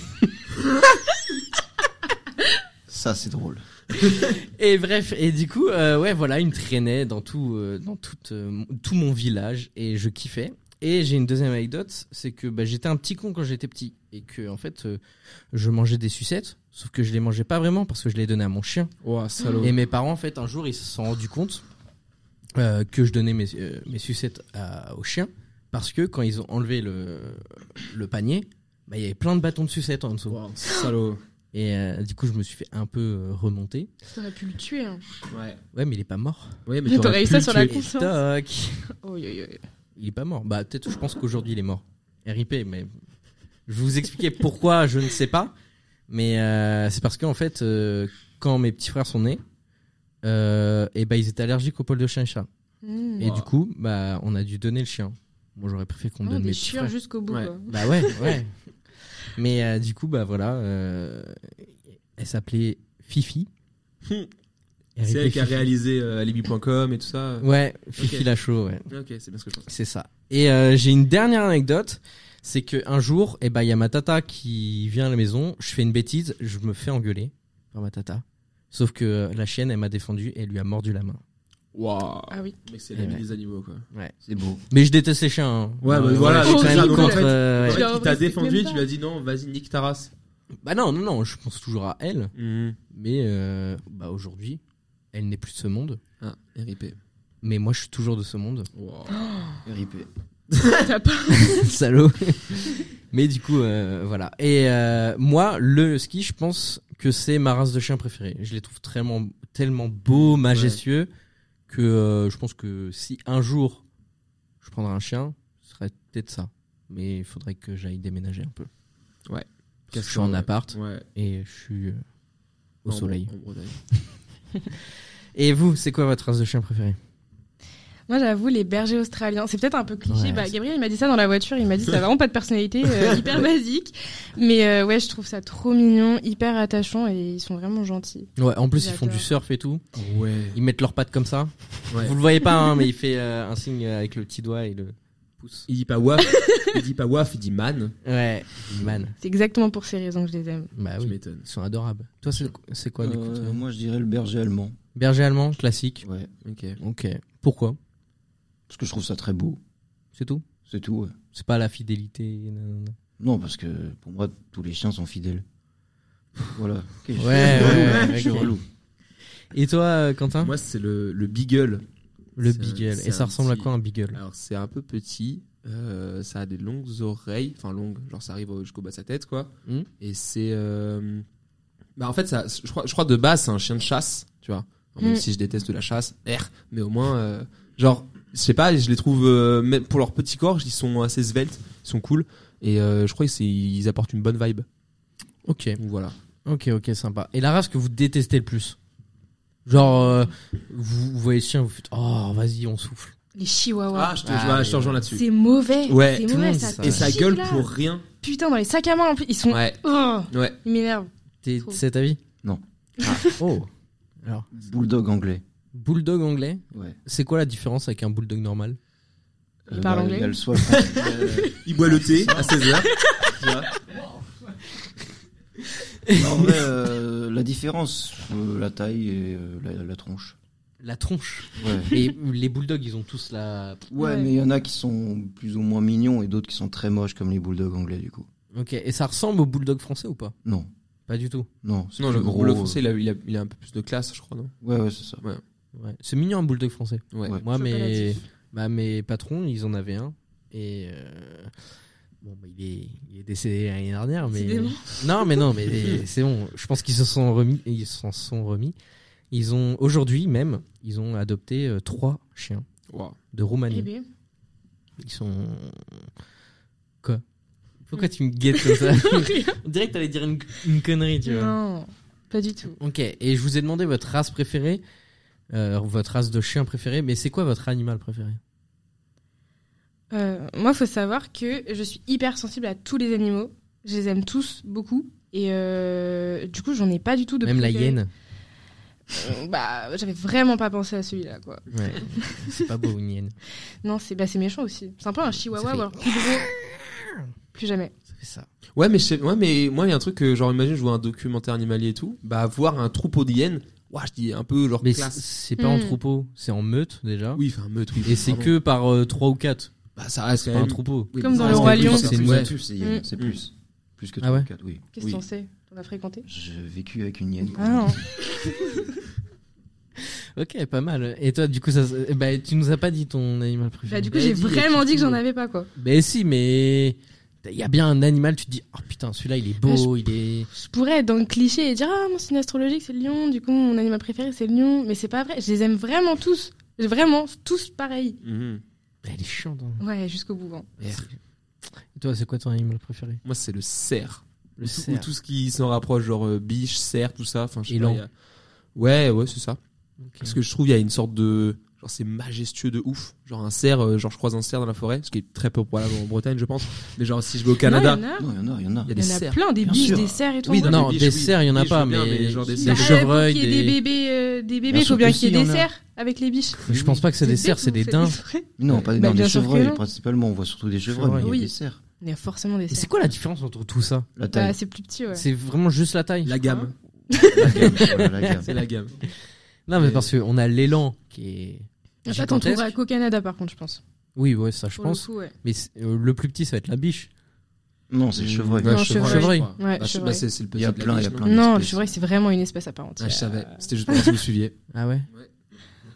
Ça, c'est drôle. Et bref, et du coup, euh, ouais, voilà, il me traînait dans tout, euh, dans tout, euh, tout mon village et je kiffais. Et j'ai une deuxième anecdote, c'est que bah, j'étais un petit con quand j'étais petit et que en fait, euh, je mangeais des sucettes, sauf que je les mangeais pas vraiment parce que je les donnais à mon chien. Ouah, salaud. Et mes parents, en fait, un jour, ils se sont rendus compte euh, que je donnais mes, euh, mes sucettes à, au chien parce que quand ils ont enlevé le, le panier, bah, il y avait plein de bâtons de sucettes en dessous. Ouah, salaud. Et euh, du coup, je me suis fait un peu euh, remonter. T'aurais pu le tuer. Hein. Ouais. Ouais, mais il est pas mort. Ouais, mais T'aurais t'aurais eu pu ça le sur la tuer. conscience. Toc. Oh, yo, yo, yo. Il est pas mort. Bah peut-être, je pense qu'aujourd'hui il est mort. R I P, mais je vais vous expliquer pourquoi, je ne sais pas. Mais euh, c'est parce qu'en fait, euh, quand mes petits frères sont nés, euh, et bah ils étaient allergiques au poil de chien et chat. Mmh. Et du coup, bah on a dû donner le chien. Moi j'aurais préféré qu'on me Oh, donne des mes petits chieurs frères. jusqu'au bout. Ouais. Quoi. Bah ouais, ouais. Mais euh, du coup, bah voilà, euh, elle s'appelait Fifi. R I P C'est elle qui a Fifi. réalisé euh, alibi point com et tout ça. Ouais, Fifi Ok. Lachaud, ouais. Ok, c'est bien ce que je pense. C'est ça. Et euh, j'ai une dernière anecdote, c'est que un jour, eh ben il y a ma tata qui vient à la maison, je fais une bêtise, je me fais engueuler par ma tata. Sauf que euh, la chienne, elle m'a défendu et elle lui a mordu la main. Waouh. Ah oui. Mec, c'est Eh la vie ouais. des animaux, quoi. C'est beau. Mais je déteste les chiens. Hein. Ouais, bah Euh, voilà, je suis c'est quand ça, même donc, contre. en fait, euh, En ouais. Tu fait, la il t'a respectes défendu même et pas. tu lui as dit non, vas-y, nique ta race. Bah non, non, non, je pense toujours à elle. Mmh. Mais euh, bah aujourd'hui, elle n'est plus de ce monde. Ah, R I P. Mais moi, je suis toujours de ce monde. Wow. R I P. T'as pas. Salaud. Mais du coup, euh, voilà. Et euh, moi, le husky, je pense que c'est ma race de chien préférée. Je les trouve tellement, tellement beaux, majestueux, ouais. que euh, je pense que si un jour je prendrais un chien, ce serait peut-être ça. Mais il faudrait que j'aille déménager un peu. Ouais. Parce que je suis en appart ouais. et je suis euh, au en soleil. Bon, et vous, c'est quoi votre race de chien préférée? Moi, j'avoue, les bergers australiens. C'est peut-être un peu cliché. Ouais, bah, c'est... Gabriel, il m'a dit ça dans la voiture. Il m'a dit, ça a vraiment pas de personnalité, euh, hyper basique. Mais euh, ouais, je trouve ça trop mignon, hyper attachant et ils sont vraiment gentils. Ouais, en plus, J'adore. ils font du surf et tout. Ouais. Ils mettent leurs pattes comme ça. Ouais. Vous le voyez pas, hein, mais il fait euh, un signe avec le petit doigt et le pouce. Il dit pas waf, il dit pas waf, il dit man. Ouais, man. C'est exactement pour ces raisons que je les aime. Bah Tu oui, m'étonnes. ils sont adorables. Toi, c'est, c'est quoi, du coup Euh, toi moi, je dirais le berger allemand. Berger allemand, classique. Ouais. Ok. Ok. Pourquoi? Parce que je trouve ça très beau. C'est tout? C'est tout, ouais. C'est pas la fidélité. nanana. Non, parce que pour moi, tous les chiens sont fidèles. Voilà. Okay, je suis Ouais, relou, ouais, hein, ouais, je suis ok. relou. Et toi, euh, Quentin? Moi, c'est le, le beagle. Le c'est un- beagle. c'est Et ça un ressemble à petit- quoi un beagle? Alors, c'est un peu petit. Euh, ça a des longues oreilles. Enfin, longues. Genre, ça arrive au- jusqu'au bas de sa tête, quoi. Hmm. Et c'est. Euh... Bah, en fait, ça, je, crois, je crois de base, c'est un chien de chasse, tu vois. Alors, même Mm. si je déteste la chasse, R, mais au moins, euh, genre, je sais pas, je les trouve, euh, même pour leur petit corps, ils sont assez sveltes, ils sont cool. Et euh, je crois qu'ils apportent une bonne vibe. Ok. Donc voilà. Ok, ok, sympa. Et la race que vous détestez le plus? Genre, euh, vous, vous voyez le chien, vous faites, oh, vas-y, on souffle. Les chihuahuas. Ah, je te, Ah, je, ouais, je te ouais. rejoins là-dessus. C'est mauvais. Ouais, c'est tout le mauvais. monde Ça dit ça. Et ça pique, gueule là. pour rien. Putain, dans les sacs à main, en plus, ils sont. Ouais. Oh, Ouais. ils m'énervent. T'es, Trop. c'est ta vie? Non. Ah, oh. Alors, Bulldog anglais. bulldog anglais, Ouais. c'est quoi la différence avec un bulldog normal? Il Euh, parle bah, anglais Il y a le soif. euh, Il boit le thé à seize heures. en vrai, euh, la différence, euh, la taille et euh, la, la tronche. La tronche. Ouais. Et les bulldogs, ils ont tous la... Ouais, Ouais. mais il y en a qui sont plus ou moins mignons et d'autres qui sont très moches comme les bulldogs anglais du coup. Ok, et ça ressemble au bulldog français ou pas? Non, Pas du tout. non, c'est Non, plus le gros. le français, il a, il, a, il a un peu plus de classe, je crois, non? Ouais, ouais, c'est ça. Ouais. C'est mignon un bulldog français. Ouais. Ouais. Moi, mes, Chocolatif. bah, mes patrons, ils en avaient un. Et euh, bon, bah, il est, il est décédé l'année dernière, mais Décidément. non, mais non, mais c'est bon. Je pense qu'ils se sont remis. Ils s'en sont remis. Ils ont aujourd'hui même, ils ont adopté euh, trois chiens Wow. de Roumanie. Eh bien. Ils sont quoi? Pourquoi tu me guettes comme ça? On dirait que t'allais dire une, une connerie, tu vois. Non, pas du tout. Ok. Et je vous ai demandé votre race préférée, euh, votre race de chien préférée, mais c'est quoi votre animal préféré? Euh, moi, faut savoir que je suis hyper sensible à tous les animaux. Je les aime tous beaucoup. Et euh, du coup, j'en ai pas du tout de Même la préféré. hyène. Euh, Bah, j'avais vraiment pas pensé à celui-là, quoi. Ouais. C'est pas beau une hyène. Non, c'est bah, c'est méchant aussi. C'est un peu un chihuahua, Ça fait- ou alors plus gros. Plus jamais. Ça fait ça. Ouais, mais, je sais- ouais, mais moi, il y a un truc que, genre, imagine, je vois un documentaire animalier et tout, bah, voir un troupeau d'hyènes, ouah, je dis un peu, genre, Mais c'est, classe. c'est pas en Hmm. troupeau, c'est en meute déjà. Oui, enfin, meute, oui. Et c'est pardon. que par euh, trois ou quatre. Bah, ça reste C'est quand pas un même. troupeau. Oui, Comme ça dans reste le Roi quand même Lion. plus, C'est c'est plus, ouais. c'est plus, c'est hyène, Mm. c'est plus. Plus que Ah trois ouais ou quatre, oui. Qu'est-ce Oui. que t'en sais? T'en as fréquenté? J'ai vécu avec une hyène. Ah non. Ok, pas mal. Et toi, du coup, ça, eh ben, tu nous as pas dit ton animal préféré. Bah, du coup, Mais j'ai dis, vraiment tu dit que trouves. j'en avais pas, quoi. Ben si, mais il y a bien un animal, tu te dis, oh putain, celui-là, il est beau, il est. Je pourrais être dans le cliché et dire, ah, mon signe astrologique, c'est le lion. Du coup, mon animal préféré, c'est le lion. Mais c'est pas vrai. Je les aime vraiment tous. Vraiment, tous pareils. Mhm. Ben, elle est chiante. Hein. Ouais, jusqu'au bout. hein. Et toi, c'est quoi ton animal préféré? Moi, c'est le cerf. Le Tout- cerf. Ou tout ce qui s'en rapproche, genre euh, biche, cerf, tout ça. Enfin, je sais Élan. pas, il y a- Ouais, ouais, c'est ça. Ok. Parce que je trouve il y a une sorte de, genre c'est majestueux de ouf. Genre un cerf, euh, genre je croise un cerf dans la forêt, ce qui est très peu probable en Bretagne, je pense. Mais genre si je vais au Canada, Non, il y en a. Non, il y en a, il y en a. il y a Il des y en a cerfs. plein, des Bien biches, sûr. des cerfs et tout. Oui, ouais. Non, des des biches, oui. cerfs, il y en a Oui, je pas, veux bien, mais, mais genre des des cerfs. Bah, chevreuils, pour qu'il y ait des. des bébés, euh, des bébés, Bien il faut sûr bien que qu'il y ait si, il y des en a. cerfs avec les biches. Mais je pense pas que c'est des cerfs, c'est des daims. Non, pas des, Bah, non, bien des sûr que chevreuils, non. principalement. On voit surtout des chevreuils, mais il y a Oui. des cerfs. Il y a forcément des Et c'est cerfs. quoi la différence entre tout ça? La Bah, taille. c'est plus petit, ouais. C'est vraiment juste la taille. La gamme. La gamme. Voilà, la gamme. C'est la gamme. Non, mais parce qu'on a l'élan qui est. Ça, t'en gigantesque. trouveras qu'au Canada, par contre, je pense. Oui, ouais, ça, je Pour pense. le coup, ouais. Mais c'est- euh, le plus petit, ça va être la biche. Non, c'est le chevreuil. Ouais, Non, chevreuil. chevreuil. je crois. Ouais, Bah, chevreuil. bah, c'est c'est le petit Il y a de la plein, biche, il y a non plein. Non, le espèces. chevreuil, c'est vraiment une espèce à part entière. Ah, je savais. C'était juste pour que vous me suiviez. Ah ouais?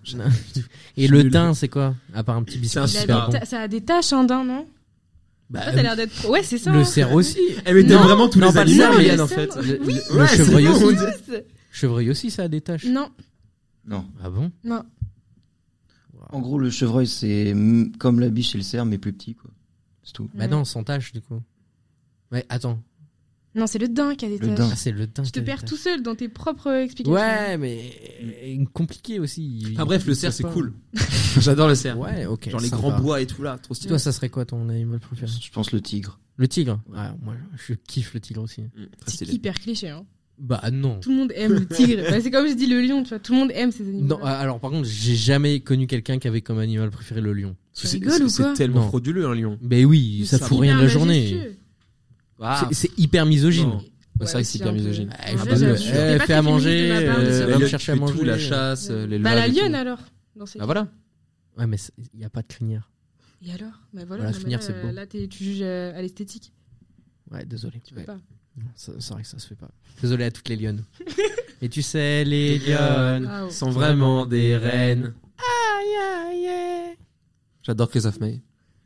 Et le daim, c'est quoi? À part un petit C'est un biscuit. Il a super des bon. ta- Ça a des taches, un daim, non? Bah, Toi, t'as l'air d'être pro. Ouais, c'est ça. le hein. cerf aussi. Eh mais t'aimes Non. vraiment tous Non, les pas le animaux, cerf, Marianne, le en cerf, fait. oui. Le, le- Ouais, le c'est chevreuil bon, on aussi. dit- Chevreuil aussi, ça a des taches. Non, Non. Ah bon? non. En gros, le chevreuil, c'est mm, comme la biche et le cerf, mais plus petit, quoi. C'est tout. Bah non, sans taches, du coup. Ouais, attends. Non, c'est le daim qui a des Le taches. daim. Ah, c'est le daim. Tu te qui a des perds taches. tout seul dans tes propres explications. Ouais, mais euh, compliqué aussi. Ah bref, le Il cerf faut c'est pas. cool. J'adore le cerf. Ouais, ok. Genre les sympa. grands bois et tout là, trop stylé. Toi, ça serait quoi ton animal préféré? Je pense le tigre. Le tigre. Ouais, moi, je kiffe le tigre aussi. Mmh, très C'est stylé. hyper cliché. Hein. Bah non. Tout le monde aime le tigre. Bah, c'est comme je dis le lion, tu vois. Tout le monde aime ces animaux. Non, euh, alors par contre, j'ai jamais connu quelqu'un qui avait comme animal préféré le lion. C'est- rigoles c'est- ou C'est quoi tellement Non. frauduleux un lion. Mais oui, ça C'est fout rien de hyper la journée. majestueux. Ah, C'est- C'est hyper misogyne. non. Ouais, c'est vrai que c'est aussi, hyper un peu. misogyne. Eh, En je vrai, peux- j'avoue. eh, C'était pas fais très à féministe manger, de ma part, euh, mais c'est va vrai. me Le chercher à fait manger. tout, la chasse, Ouais. l'élevage. Bah la et tout. lionne alors. Dans ces Ah voilà. Ouais, mais il y a pas de crinière. Et alors Bah voilà. Voilà, non, mais crinière, là, c'est beau. Là, t'es- tu juges euh, à l'esthétique. Ouais, désolé. Tu peux Ouais. pas. Non, ça- C'est vrai que ça se fait pas. Désolé à toutes les lionnes. Et tu sais, les lionnes Ah, oh. sont vraiment des reines. Aïe, aïe, aïe. J'adore Christophe Maé.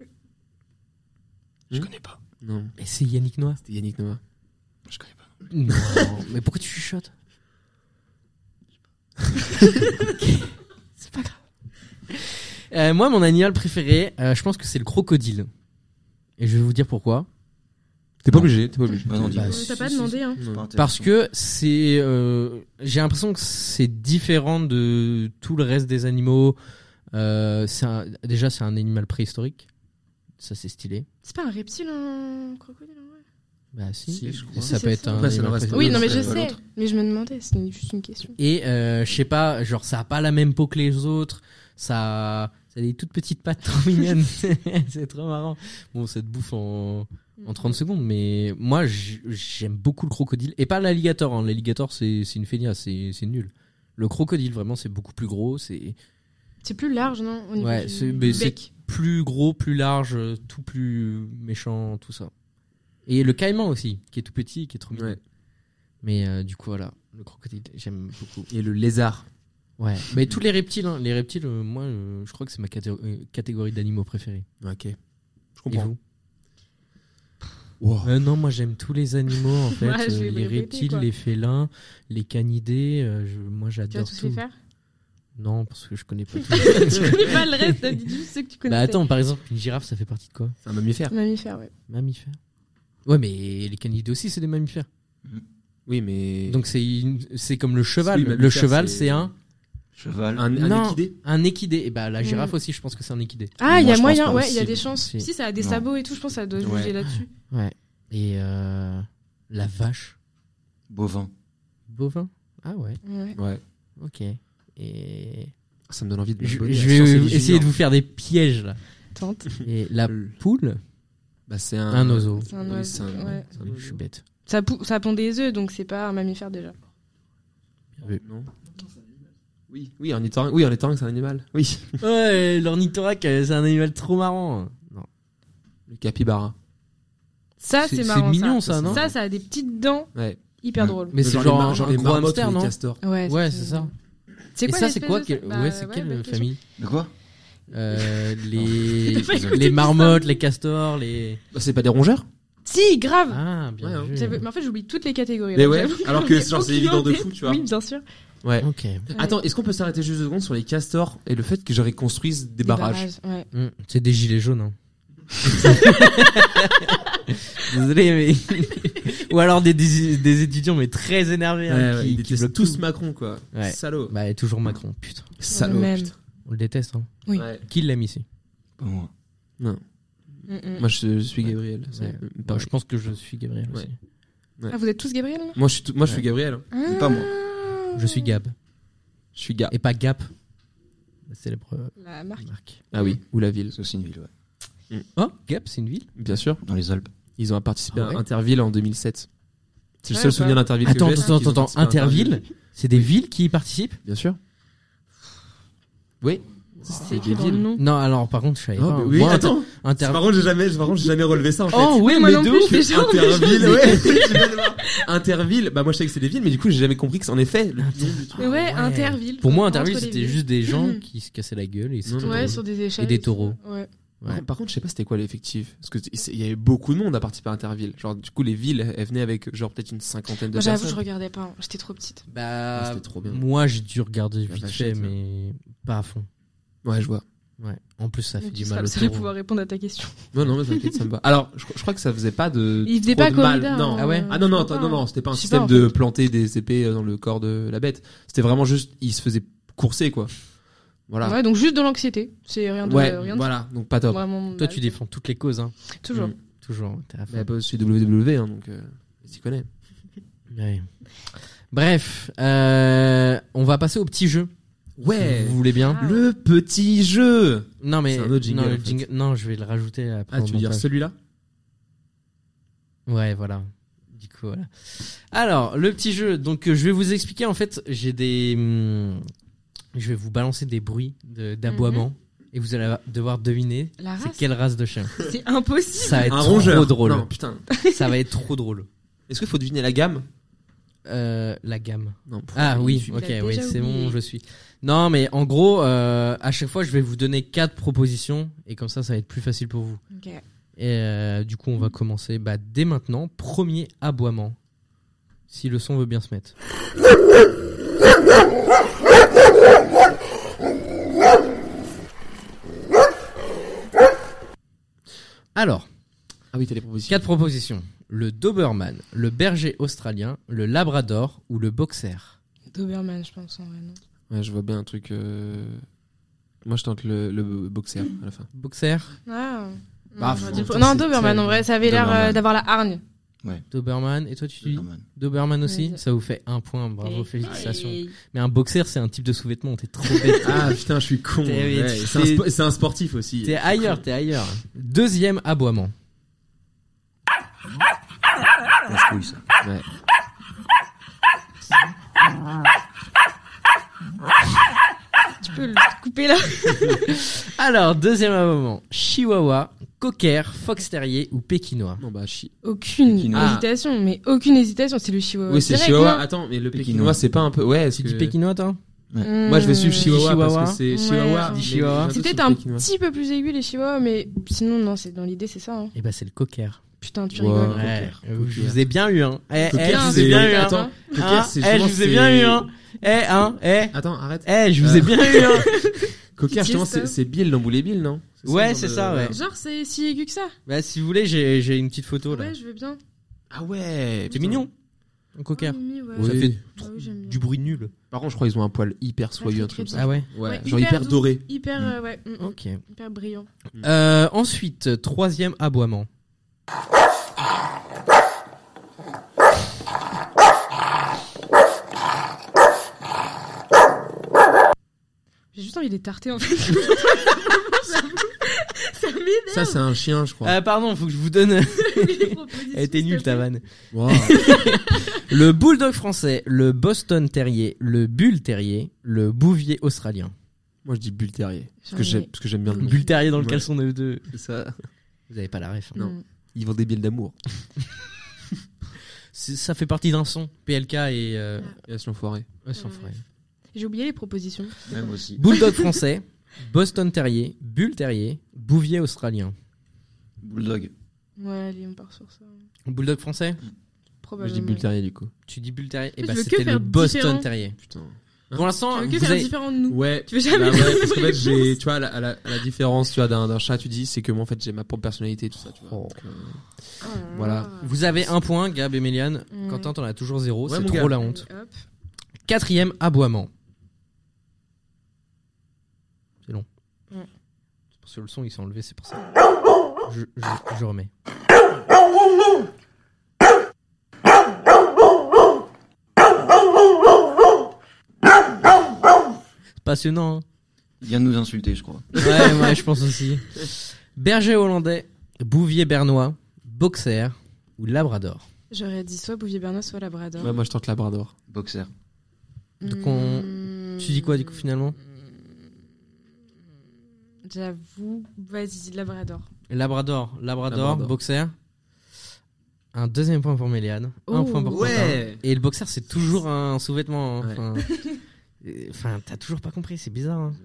Je Hmm connais pas. Non, Mais c'est Yannick Noah. c'était Yannick Noah. Je connais pas. Non, mais pourquoi tu chuchotes? C'est pas grave. Euh, moi, mon animal préféré, euh, je pense que c'est le crocodile. Et je vais vous dire pourquoi. T'es pas Non. obligé, t'es pas obligé. Bah non, dis Bah, pas. T'as si, pas si, demandé, hein. C'est pas intéressant. Parce que c'est, euh, j'ai l'impression que c'est différent de tout le reste des animaux. Euh, c'est un- déjà, c'est un animal préhistorique. Ça, c'est stylé. C'est pas un reptile, un crocodile en vrai. Bah si, Si, je crois. ça Oui, peut c'est être ça. un Après, ça animal ne reste préhistorique. Oui, non, mais c'est je pas sais. l'autre. Mais je me demandais, c'est juste une question. Et euh, je sais pas, genre ça a pas la même peau que les autres, ça a, ça a des toutes petites pattes trop mignonnes, c'est trop marrant. Bon, ça te bouffe en, en trente secondes, mais moi j- j'aime beaucoup le crocodile. Et pas l'alligator, hein. L'alligator c'est c'est une feignasse, c'est c'est nul. Le crocodile vraiment c'est beaucoup plus gros, c'est C'est plus large, non au niveau Ouais, du c'est- mais c'est- bec. plus gros, plus large, euh, tout plus méchant, tout ça. Et le caïman aussi, qui est tout petit, qui est trop mignon. Ouais. Mais euh, du coup voilà, le crocodile j'aime beaucoup. Et le lézard. Ouais, mais tous les reptiles, hein. Les reptiles, euh, moi, euh, je crois que c'est ma caté- euh, catégorie d'animaux préférés. Ok. Je Et comprends. vous Wow. Euh, Non, moi j'aime tous les animaux en fait, Ouais, je vais Euh, me les répéter, reptiles, quoi. les félins, les canidés. euh, je- moi Tu vas j'adore tous tout. les faire Non, parce que je connais pas tout. Tu connais pas le reste, t'as dit juste ceux que tu connais. Bah attends, par exemple, une girafe, ça fait partie de quoi? C'est un mammifère. Mammifère, ouais. Mammifère. Ouais, mais les canidés aussi, c'est des mammifères. Oui, mais. Donc c'est une- c'est comme le cheval. Oui, le mammifère, cheval, c'est- c'est un Cheval. un, un non, équidé. un équidé. Et bah la girafe Mm. aussi, je pense que c'est un équidé. Ah, il y Moi, a je moyen, pense pas ouais, il y a aussi. des chances. Si. Si, ça a des Non. sabots et tout, je pense que ça doit Ouais. juger là-dessus. Ouais. Et euh, la vache, Bovin. bovin. Ah ouais. Ouais. Ouais. Ok. Et Ça me donne envie de me je, abonner je à vais Sciences et euh, Vie essayer Junior. de vous faire des pièges là. Tente. Et la Euh, poule, Bah, c'est un. un oiseau. C'est un Oui, oiseau. c'est un- Ouais. c'est un Je oiseau. suis bête. Ça, pou- ça pond des œufs, donc c'est pas un mammifère déjà. Non. Oui, oui, ornithorynque. Oui, ornithorynque, c'est un animal. Oui. Ouais, l'ornithorynque, euh, c'est un animal trop marrant. Non. Le capybara. Ça, C'est- c'est c'est marrant. mignon, ça, ça, non Ça, ça a des petites dents Ouais. hyper Mm. drôles. Mais c'est Genre genre, les mar- un, genre un les gros marmottes ou hamster, les non? castors. Ouais, Ouais, c'est ça. C'est Et quoi ça, c'est l'espèce quoi de- quel- Bah, Ouais, c'est ouais, quelle bonne question. famille? De quoi? Euh, les Pas écouté les tout marmottes, les castors, les. Bah, c'est pas des rongeurs? Si, grave. Ah, bien Ouais, hein. vu. J'avais- Mais en fait, j'oublie toutes les catégories. Mais là, ouais, j'avoue alors j'en que ai genre, c'est aucune évident de idée. fou, tu vois. Oui, bien sûr. Ouais. Ok. Attends, est-ce qu'on peut s'arrêter juste deux secondes sur les castors et le fait que je reconstruise des, barrages? Ouais. Hmm, c'est des gilets jaunes. Hein. Désolé, mais ou alors des, des des étudiants mais très énervés, hein, Ouais, ouais, qui, ils qui détestent bloquent tous tout. Macron, quoi. Ouais. Salaud. Bah toujours Macron, putain. Salaud, Même. putain. On le déteste. Hein. Oui. Ouais. Qui l'aime ici? Pas moi. Mm, mm. Moi, je, je suis Gabriel. c'est- Ouais. euh, Bah, pareil. je pense que je suis Gabriel Ouais. aussi. Ouais. Ah, vous êtes tous Gabriel là Moi, je suis, tout- moi, je suis Ouais. Gabriel. hein. Mais pas moi. Je suis Gab Je suis Gab. et pas Gap. La célèbre euh, La marque. marque. Ah oui, ou la ville. C'est aussi une ville, ouais. Oh, Gap, c'est une ville. Bien sûr. Dans les Alpes. Ils ont participé Ah ouais. à Interville en deux mille sept. C'est le Ouais, seul ou souvenir pas d'Interville que Attends, j'ai. c'est attends, qu'ils ont attends, participé à Interville, c'est des villes qui y participent? Bien sûr. Oui. C'est écrit dans le nom. Non, alors par contre, je savais Oh, pas. mais oui, Moi, attends. Inter... Par contre, j'ai jamais, par contre, j'ai jamais relevé ça en fait. Oh oui, moi mais non de plus, ouf. je fais genre, Interville, ouais. Je viens de voir. Interville, bah moi je savais que c'était des villes, mais du coup j'ai jamais compris que c'est en effet le nom du truc. Mais ouais, ouais. Interville. Pour moi, Entre Interville, les c'était villes. juste des gens Mhm. qui se cassaient la gueule et Non, c'était non, drôle. Ouais, sur des échelles. Et des tout ça. taureaux. Ouais. Ouais. Par contre, je sais pas c'était quoi l'effectif. Parce que c'est- il y avait beaucoup de monde à participer à Interville. Genre, du coup, les villes, elles venaient avec genre peut-être une cinquantaine de Moi, j'avoue, je personnes. regardais pas. hein. J'étais trop petite. Bah, Ah, c'était trop bien. moi, j'ai dû regarder La vite vachette, fait, là. mais pas à fond. Ouais, je vois. Ouais. En plus, ça fait Donc, du tu mal seras au le seul à taureau. pouvoir répondre à ta question. Non, non, mais t'inquiète, ça me va. Alors, je, je crois que ça faisait pas de. Il faisait trop pas de mal. corrida. Non. hein. Ah ouais Ah non, non, Je attends, crois non, pas, non, hein. c'était pas un Je sais système pas, en de fait. planter des épées dans le corps de la bête. C'était vraiment juste, il se faisait courser, quoi. Voilà. Ouais, donc juste de l'anxiété. C'est rien de Ouais, rien de voilà, donc pas top. vraiment. Toi, mal. tu défends toutes les causes, hein. Toujours. Mm. Toujours. T'es à fond. Mais pas chez W W E, hein, donc, euh, tu connais. Ouais. Bref, euh, on va passer au petit jeu. Ouais. Vous voulez bien? Ah. Le petit jeu. Non, mais. C'est un autre jingle, non, le en fait. jingle- non, je vais le rajouter après. Ah, au tu veux dire montage. celui-là? Ouais, voilà. Du coup, voilà. Alors, le petit jeu. Donc, euh, je vais vous expliquer. En fait, j'ai des. hum, je vais vous balancer des bruits de- d'aboiement. Et vous allez devoir deviner La c'est race. quelle race de chien. C'est impossible. Ça va être Un trop rongeur. drôle. Non, putain. Ça va être trop drôle. Est-ce qu'il faut deviner la gamme? Euh, la gamme. Non. pff, Ah oui, tu ok, l'as oui, déjà c'est oublié. bon, je suis. Non, mais en gros, euh, à chaque fois, je vais vous donner quatre propositions et comme ça, ça va être plus facile pour vous. Ok. Et euh, du coup, on va commencer bah, dès maintenant. Premier aboiement. Si le son veut bien se mettre. Alors, Ah oui, t'as les propositions. quatre propositions. Le Doberman, le berger australien, le labrador ou le boxer. Doberman, je pense en vrai, non. Ouais, je vois bien un truc. euh, Moi, je tente le, le boxer à la fin. Boxer, Ah. Bah, non, faut- j'aurais dit- faut- non, c'est- Doberman, c'est- en vrai, ça avait l'air Doberman. euh, d'avoir la hargne. Doberman. Et toi, tu dis Doberman. Doberman aussi? Ouais. Ça vous fait un point, bravo, Et- félicitations. et- Mais un boxer, c'est un type de sous-vêtement, t'es trop bête. Ah putain, je suis con. T'es- Ouais, t'es- c'est un, spo- c'est un sportif aussi. T'es ailleurs, t'es ailleurs. Deuxième aboiement. Casse-couille, ça. Ouais. Tu peux le couper là. Alors, deuxième aboiement. Chihuahua, cocker, fox terrier ou pékinois. Non bah chi. Aucune Pékinois. hésitation, mais aucune hésitation, c'est le chihuahua. Oui, c'est direct, chihuahua. non Attends, mais le Pékinois. pékinois, c'est pas un peu. Ouais, Tu est-ce dis que- pékinois, toi? Moi, je vais suivre Hmm. chihuahua, Chihuahua. parce que c'est Ouais. chihuahua. Tu dis mais chihuahua. j'ai C'est l'impression peut-être que un pékinois. petit peu plus aigu les chihuahuas, mais sinon, non, c'est dans l'idée, c'est ça. Hein. Eh ben, c'est le cocker. Putain, tu Ouais. rigoles. Ouais, cocker. euh, je vous ai bien eu, hein. Eh, Cocker, eh, je vous ai c'est- bien eu, hein. Attends, Hein, cocker, c'est eh, je justement, vous ai c'est- bien eu, hein. Eh, hein, eh, Attends, arrête. eh, je vous Euh. ai bien eu, hein. Cocker, Pitié, justement, stop. c'est c'est Bill dans Boule et Bill, non? Ouais, le c'est genre ça, de- ouais. Genre, c'est si aigu que ça. Bah, si vous voulez, j'ai, j'ai une petite photo, là. Ouais, je veux bien. Ah ouais. C'est putain. mignon. Un cocker. Ah, Mimi, ouais. Oui. Ça fait Ah oui, j'aime bien. du bruit nul. Par contre, je crois qu'ils ont un poil hyper soyeux, un truc comme ça. Ah ouais? Ouais, Ouais, genre hyper doux, doré. Hyper, euh, ouais, mm, mm, Ok. hyper brillant. Euh, ensuite, troisième aboiement. J'ai juste envie de les tarter en fait. J'avoue. Ça m'énerve. Ça, c'est un chien, je crois. Euh, pardon, faut que je vous donne. Les propositions, Elle était s'il nulle te ta plaît. vanne. Wow. Le bulldog français, le Boston terrier, le bull terrier, le bouvier australien. Moi, je dis bulle terrier. Parce J'en que ai- j'aime, parce que j'aime bien le nom. Bull terrier dans le Ouais. caleçon de deux. C'est ça. Vous avez pas la ref. hein. Non. Mm. Ils vendent des billes d'amour. C'est- Ça fait partie d'un son. P L K et euh, Et elles sont foirées. ouais, sans Ouais. frais. J'ai oublié les propositions. Même aussi. Bulldog français, Boston terrier, bull terrier, bouvier australien. Bulldog. Ouais, allez, on part sur ça. Bulldog français? Moi, Probablement. je dis bulle terrier, du coup. Tu dis bull terrier? Et Mais bah tu veux que c'était le faire Boston différent terrier. Putain. Pour l'instant, Tu veux que vous faire avez... différent de nous. Ouais. Tu veux jamais Bah faire ouais, parce qu'en fait, la j'ai, réponse. tu vois, la, la, la différence, tu vois, d'un, d'un chat, tu dis, c'est que moi, en fait, j'ai ma propre personnalité et tout ça, tu vois. Oh. Donc, euh, Oh là là. Voilà. Vous avez un point, Gab et Méliane. Mm. Quentin, t'en as toujours zéro. Ouais, c'est mon trop gars. la honte. Allez, hop. Quatrième aboiement. C'est long. Mm. C'est parce que le son il s'est enlevé, c'est pour ça. Je, je, je remets. C'est passionnant. Hein. Il vient de nous insulter, je crois. Ouais, ouais, je pense aussi. Berger hollandais, bouvier bernois, boxer ou labrador. J'aurais dit soit Bouvier Bernois, soit Labrador. Ouais, moi, je tente Labrador. Boxer. Donc on- Hmm. Tu dis quoi du coup finalement? J'avoue, vas-y, Labrador. Labrador, Labrador, Labrador. boxer. Un deuxième point pour Méliane. Un Oh. point pour Ouais. Quentin. Et le boxer, c'est toujours un sous-vêtement. hein. Ouais. Enfin, euh, Enfin, t'as toujours pas compris, c'est bizarre. hein.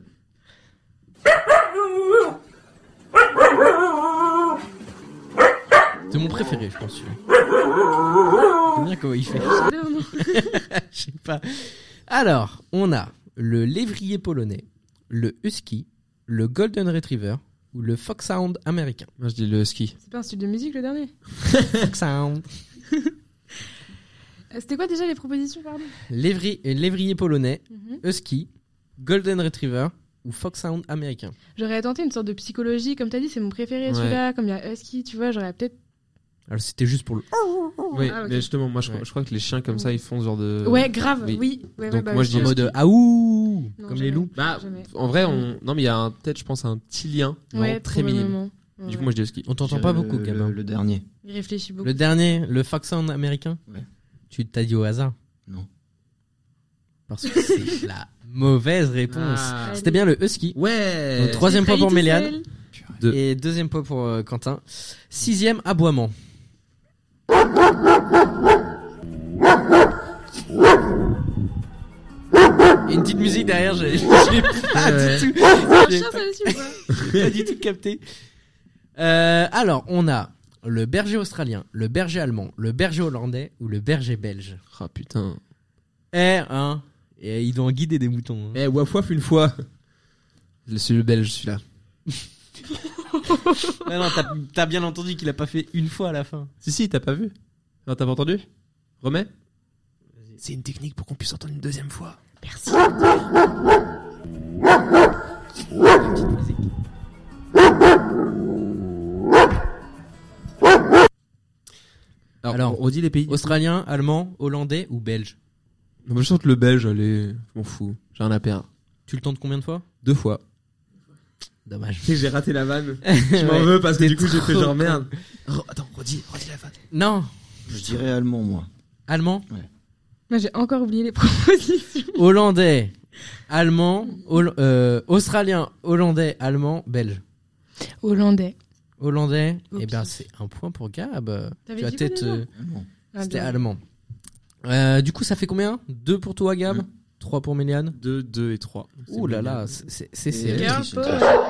C'est mon préféré, je pense. celui-là. J'aime bien comment il fait. Je sais pas. Alors, on a le lévrier polonais, le husky, le golden retriever ou le foxhound américain. Moi, je dis le ski. C'est pas un style de musique le dernier? Foxhound. Euh, C'était quoi déjà les propositions, pardon? Lévri- euh, lévrier polonais, Mhm. husky, golden retriever ou foxhound américain. J'aurais tenté une sorte de psychologie, comme t'as dit, c'est mon préféré Ouais. celui-là, comme il y a Husky, tu vois, j'aurais peut-être... Alors c'était juste pour le. Oui, Ah, ok. mais justement, moi, je, crois- Ouais. je crois que les chiens comme ça, ils font ce genre de. Ouais, grave, oui. oui. Ouais, ouais, Donc, bah, moi, oui. je dis En husky. mode aouh, Non, comme jamais. les loups. Bah, Jamais. en vrai, on. Non, mais il y a un- peut-être, je pense, un petit lien. Ouais, non, très minime. probablement. Ouais. Du coup, moi, je dis husky. On t'entend Je pas dirais beaucoup, le, Gabin. le, le dernier. Il réfléchit beaucoup. Le dernier, le foxhound américain. Ouais. Tu t'as dit au hasard. Non. Parce que c'est la mauvaise réponse. Ah. C'était bien le husky. Ouais. Donc, troisième point Failli pour tout Méliane. seul. Deux. Et deuxième point pour euh, Quentin. Sixième, aboiement. Et une petite musique derrière, j'ai j'ai pas Ouais. du tout, C'est un j'ai chien, pas, ça aussi, ou pas? pas du tout capté. Euh, alors, on a le berger australien, le berger allemand, le berger hollandais ou le berger belge. Ah putain. Eh, hein, et ils doivent guider des moutons. hein. Eh, waf waf une fois. C'est le belge, celui-là. Ouais, non, t'as, t'as bien entendu qu'il a pas fait une fois à la fin. Si, si, t'as pas vu? Non, t'as pas entendu? Remets? C'est une technique pour qu'on puisse entendre une deuxième fois. Merci. Petite musique. Alors, Alors, on redit les pays. Australien, allemand, hollandais ou belge. Non, mais je sens que le belge, allez, je m'en fous. J'ai rien à perdre. Tu le tentes combien de fois? Deux fois. Dommage. Tu sais que j'ai raté la vanne. Je m'en Ouais. veux parce que T'es du coup, j'ai fait trop genre con. merde. Re- attends, redis, redis la vanne. Non, Je dirais allemand, moi. allemand, Moi, j'ai encore oublié les propositions. hollandais, allemand, hol- euh, australien, hollandais, allemand, belge. Hollandais. Hollandais, Oups. eh ben c'est un point pour Gab. T'avais Tu as dit quoi, peut-être. déjà euh, Allemand. Ah, C'était bien. allemand. Euh, du coup, ça fait combien? Deux pour toi, Gab. Mm. Trois pour Méliane. Deux, deux et trois. Ouh là là, c'est c'est- c'est Et- serré. Girl c'est- power.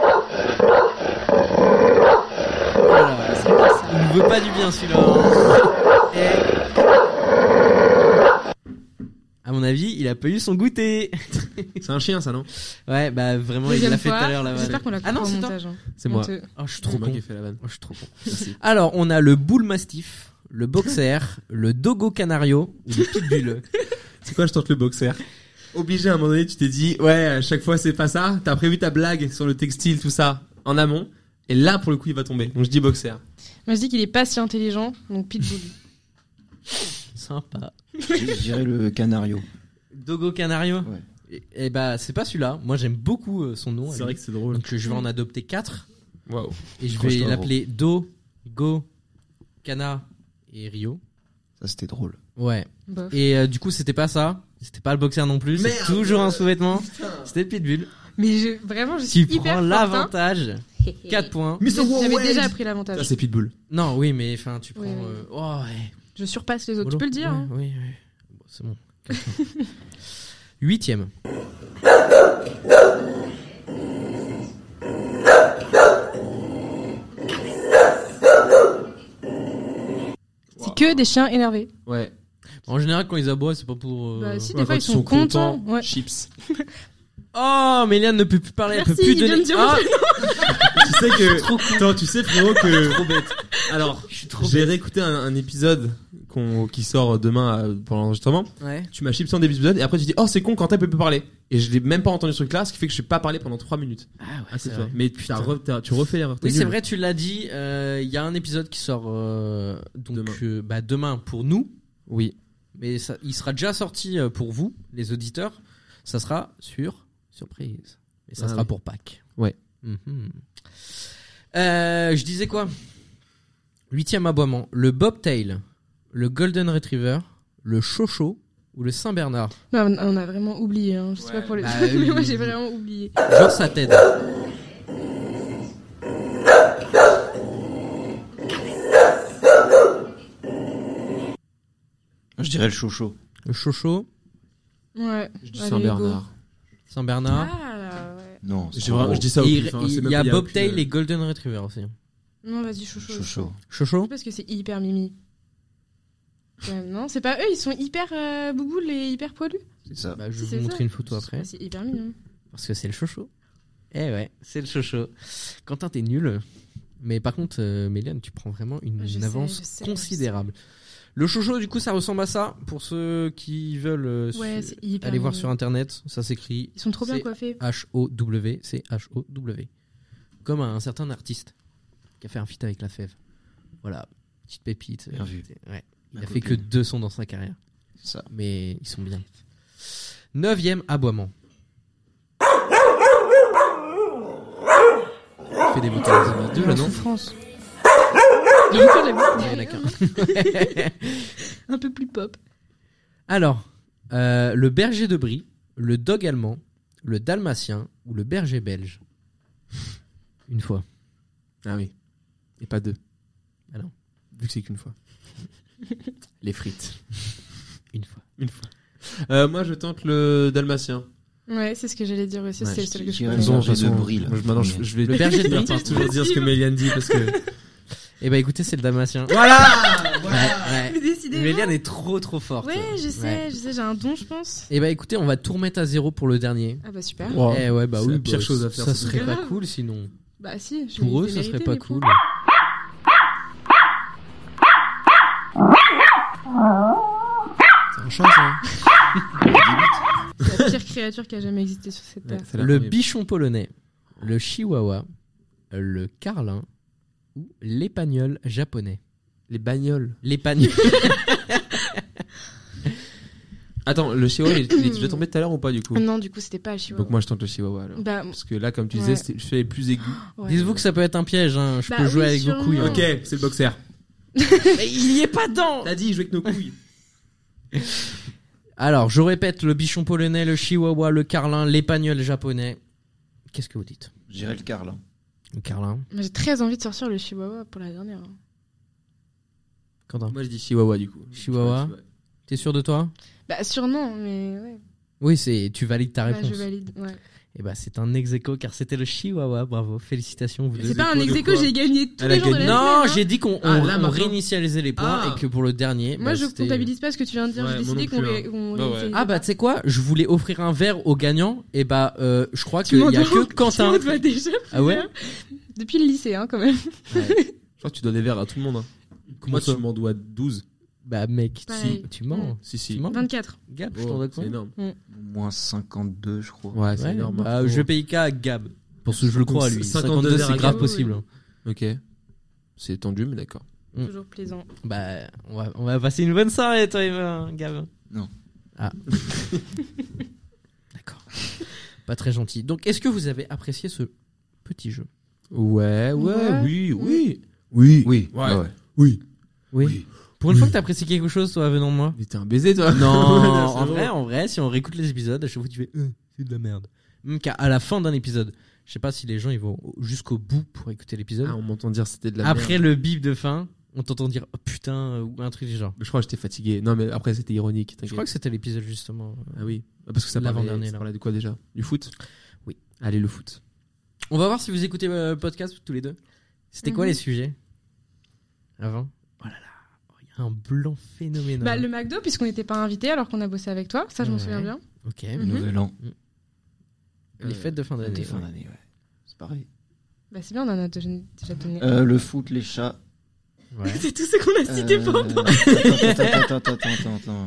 Oh là, il me veut pas du bien celui-là. Et- À mon avis, il a pas eu son goûter. C'est un chien, ça, non? Ouais, bah vraiment, il Deuxième l'a fait tout fois. à l'heure la vanne. J'espère qu'on l'a Ah non, coupé au c'est toi. montage. hein. C'est moi. Honteux. Oh, je suis C'est trop moi con. qui ai fait la vanne. Oh, je suis trop con. Alors, on a le bull mastiff, le boxer, le dogo canario ou le pitbull. C'est quoi, je tente le boxer? Obligé, à un moment donné, tu t'es dit, ouais, à chaque fois, c'est pas ça. T'as prévu ta blague sur le textile, tout ça, en amont. Et là, pour le coup, il va tomber. Donc, je dis boxer. Moi, je dis qu'il est pas si intelligent, donc Pitbull. Sympa. Je je dirais le canario. Dogo canario. Ouais. Et, et bah, c'est pas celui-là. Moi, j'aime beaucoup euh, son nom. C'est à vrai lui. que c'est drôle. Donc, je vais en adopter quatre. Waouh. Et je vais Accroche-toi, l'appeler Do, Go, Cana et Rio. Ça, c'était drôle. Ouais. Bof. Et euh, du coup, c'était pas ça. C'était pas le boxer non plus. C'est Merde. toujours un sous-vêtement. C'était le pitbull. Mais je, vraiment, je suis Qui hyper prend forte, hein. l'avantage. quatre points. Mister J'avais Wade. déjà appris Ça, l'avantage. c'est Pitbull. Non, oui, mais enfin, tu prends. Oui, oui. euh, Oh, ouais. Je surpasse les autres. Mollo. Tu peux le dire. Ouais, hein. Oui, oui. Bon, c'est bon. quatre points. Huitième. C'est que des chiens énervés. Ouais. En général, quand ils aboient, c'est pas pour. euh, Bah, si, Ouais, des fois, quand ils sont contents. Ouais. Chips. Oh, Méliane ne peut plus parler. Elle Merci, peut plus il vient donner. de dire Ah, Tu sais que, attends, tu sais, frérot, que, trop bête. alors, Je suis trop j'ai bête. réécouté un, un épisode qu'on, qui sort demain euh, pendant l'enregistrement. Ouais. Tu m'as chipsé en début d'épisode et après tu dis, oh, c'est con, Quentin peut plus parler. Et je l'ai même pas entendu ce truc-là, ce qui fait que je n'ai pas parlé pendant trois minutes. Ah ouais, Ah, c'est c'est toi. vrai. Mais tu, t'as re- t'as- tu refais l'erreur. T'es Oui, c'est nul. vrai, tu l'as dit. euh, Il y a un épisode qui sort euh, donc Demain. euh, bah, demain pour nous, Oui. mais ça, il sera déjà sorti euh, pour vous, les auditeurs. Ça sera sur surprise. Et ça Ah sera oui. pour Pâques. Ouais. Mhm. Euh, je disais quoi? Huitième aboiement. Le bobtail, le golden retriever, le chocho ou le saint-bernard. Non, on on a vraiment oublié. Hein. Je sais pas pour les. bah, mais oui, moi, oui, j'ai oui. vraiment oublié. Genre ça t'aide. dirais le chocho. Le chocho, Ouais. Je dis Allez, Saint-Bernard. Saint-Bernard. Ah, ouais. Non, c'est J'ai trop vraiment- gros. je dis ça au Et pif, hein, il c'est il même y a pas- Bobtail aucune- et Golden Retriever aussi. Non, vas-y, chouchou. Chocho. Chocho. Parce que c'est hyper mimi. Ouais, non, c'est pas eux, ils sont hyper euh, bouboules et hyper poilus. C'est ça. Bah, je vais C'est vous ça. montrer une photo Ouais, après. c'est hyper mignon. Parce que c'est le chocho. Eh ouais, c'est le chocho. Quentin, t'es nul. Mais par contre, euh, Méliane, tu prends vraiment une Je sais, avance je sais, considérable. Le chocho, du coup, ça ressemble à ça. Pour ceux qui veulent euh, Ouais, su- c'est hyper aller voir mignon. sur internet, ça s'écrit Ils sont trop bien C'est- coiffés. H O W, c'est H O W. Comme un certain artiste qui a fait un feat avec La Fève. Voilà, petite pépite. Bien vu. Ouais. Il Ma a fait que copine. deux sons dans sa carrière. C'est ça. Mais ils sont bien. Neuvième aboiement. Fais des vocalisations deux là, non France. Il y a encore la boucle. Il y en a qu'un. Un peu plus pop. Alors, euh, le berger de Brie, le dog allemand, le dalmatien ou le berger belge. Une fois. Ah oui. Et pas deux. Ah non. Vu que c'est qu'une fois. Les frites. Une fois. Une fois. Euh, moi, je tente le dalmatien. Ouais, c'est ce que j'allais dire aussi. Ouais, c'est le je seul que je dirais connais. le Bon, berger de toute de façon, Brie, là. moi, je- Maintenant, je, je vais Le berger de Brie. je vais toujours dire ce que Méliane dit parce que. Eh ben écoutez, c'est le dalmatien. Voilà! Ouais, ouais. Mais décidément. Méliane est trop trop forte. Ouais, je sais, Ouais. je sais, j'ai un don, je pense. Eh ben écoutez, on va tout remettre à zéro pour le dernier. Ah bah super. Wow. Eh ouais, bah C'est oui. la pire bah, chose à faire, Ça c'est serait pas grave. cool sinon. Bah si, je Pour eux, les ça ai serait mérités, pas mes cool. points. C'est un chat, ça. C'est la pire créature qui a jamais existé sur cette terre. Ouais, c'est la Le première. bichon polonais, le chihuahua, le carlin ou l'épagnol japonais. Les bagnoles. L'épagnol. Attends, le chihuahua, il, il est déjà tombé tout à l'heure ou pas du coup? Non, du coup, c'était pas le chihuahua. Donc moi, je tente le chihuahua alors. Bah, Parce que là, comme tu Ouais. disais, c'était- je fais les plus aigus. ouais. Dites-vous que ça peut être un piège, hein. Je Bah peux jouer oui, avec vos sûrement. couilles. hein. Ok, c'est le boxer. Mais il y est pas dedans. T'as dit, il joue avec nos couilles. Alors, je répète, le bichon polonais, le chihuahua, le carlin, l'épagnol japonais. Qu'est-ce que vous dites? Je dirais le carlin. Le carlin. J'ai très envie de sortir le chihuahua pour la dernière. hein. Quentin. Moi, je dis chihuahua du coup. Chihuahua. T'es sûr de toi? Bah sûr non, mais ouais. Oui, c'est. Tu valides ta Bah, réponse. je valide. Ouais. Et bah, c'est un ex-aequo car c'était le chihuahua. Bravo, félicitations vous deux. C'est pas un échos de ex quoi? j'ai gagné tous Elle les a jours de la gagné. Non, semaine. hein. j'ai dit qu'on Ah, on- là, on maintenant. réinitialisait les points Ah. et que pour le dernier. Moi, bah, je c'était- comptabilise pas ce que tu viens de dire. Ouais, J'ai moi décidé non qu'on plus, ré- hein. qu'on Bah ouais. réutilisait Ah bah tu sais quoi, je voulais offrir un verre au gagnant et bah euh, je crois Tu qu'il y a m'en que dois- Quentin. Tu m'en dois déjà. Ah ouais. Depuis le lycée, hein, quand même. Je crois que tu dois des verres à tout le monde. Hein. Comment Moi, ça tu m'en dois douze. Bah mec, Pareil. tu, tu mens. Si, Tu si. mens. vingt-quatre. Gab, je Oh, t'en dois c'est combien? énorme. Moins cinquante-deux, je crois. Ouais, c'est Ouais, énorme. bah, hein. je vais payer qu'à Gab. Pour ce que je le crois à lui. cinquante-deux cinquante-deux verres c'est à grave Gab. possible. hein. Ok. C'est tendu, mais d'accord. Mm. Toujours plaisant. Bah on va, on va passer une bonne soirée toi et moi, Gab. Non. Ah. D'accord. Pas très gentil. Donc est-ce que vous avez apprécié ce petit jeu? Ouais, ouais, Ouais. oui, oui. Oui. Oui. Ouais. Ah ouais. Oui. Oui. Oui. Pour une fois que t'apprécies quelque chose toi venant de moi? Mais t'es un baiser, toi. Non, en C'est bon. vrai, en vrai, si on réécoute les épisodes, à chaque fois tu fais euh, c'est de la merde. Même qu'à à la fin d'un épisode, je sais pas si les gens ils vont jusqu'au bout pour écouter l'épisode. Ah, on m'entend dire c'était de la Après merde. le bip de fin, on t'entend dire oh, putain euh, ou un truc du genre. Je crois que j'étais fatigué. Non, mais après, c'était ironique. Je crois que c'était l'épisode justement. Ah oui. Ah, parce que ça parlait, L'avant-dernier, ça là. parlait de quoi déjà? Du foot? Oui. Allez, le foot. On va voir si vous écoutez euh, le podcast tous les deux. C'était quoi Mhm. les sujets avant? Oh là là, oh, il y a un blanc phénoménal. Bah, le McDo, puisqu'on n'était pas invité alors qu'on a bossé avec toi. Ça, je m'en Ouais. souviens bien. Ok. Mhm. Nouvel an. Les fêtes de fin d'année. Des fins ouais. d'année, ouais. C'est pareil. Bah, c'est bien, on en a déjà déjà donné. Euh, le foot, les chats. Ouais. C'est tout ce qu'on a cité Euh, pour toi. Attends, attends, attends, attends, attends, attends.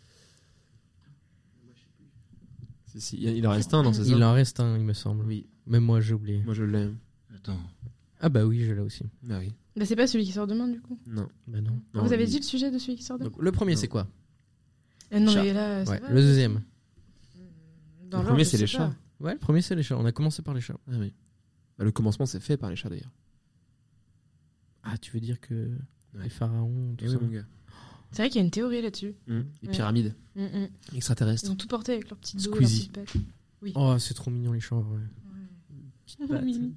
Si, si. Il en reste un, non, c'est ça? Il en reste un, il me semble. Oui. Même moi j'ai oublié. Moi, je l'aime. Attends. Ah bah oui, je l'ai aussi. Ah oui. Bah, c'est pas celui qui sort demain, du coup. Non. Bah non. Non, Vous avez lui- dit le sujet de celui qui sort demain? Donc, le premier Non. c'est quoi? Eh non, Chat. mais là, ça Ouais. va, Le deuxième. dans Le l'ordre, premier, je c'est sais les pas. chats. Ouais, le premier c'est les chats. On a commencé par les chats. Ah oui. Bah, le commencement, c'est fait par les chats d'ailleurs. Ah, tu veux dire que Ouais. les pharaons, tout Eh ça. oui, mon gars. C'est vrai qu'il y a une théorie là-dessus. Hum, Les Ouais. pyramides Mm, mm. Ils extraterrestres. ont tout porté avec leurs petites os, leurs Squeezie. petites pattes. Oh, c'est trop mignon les chats. Ouais. Petite patte. Mimi.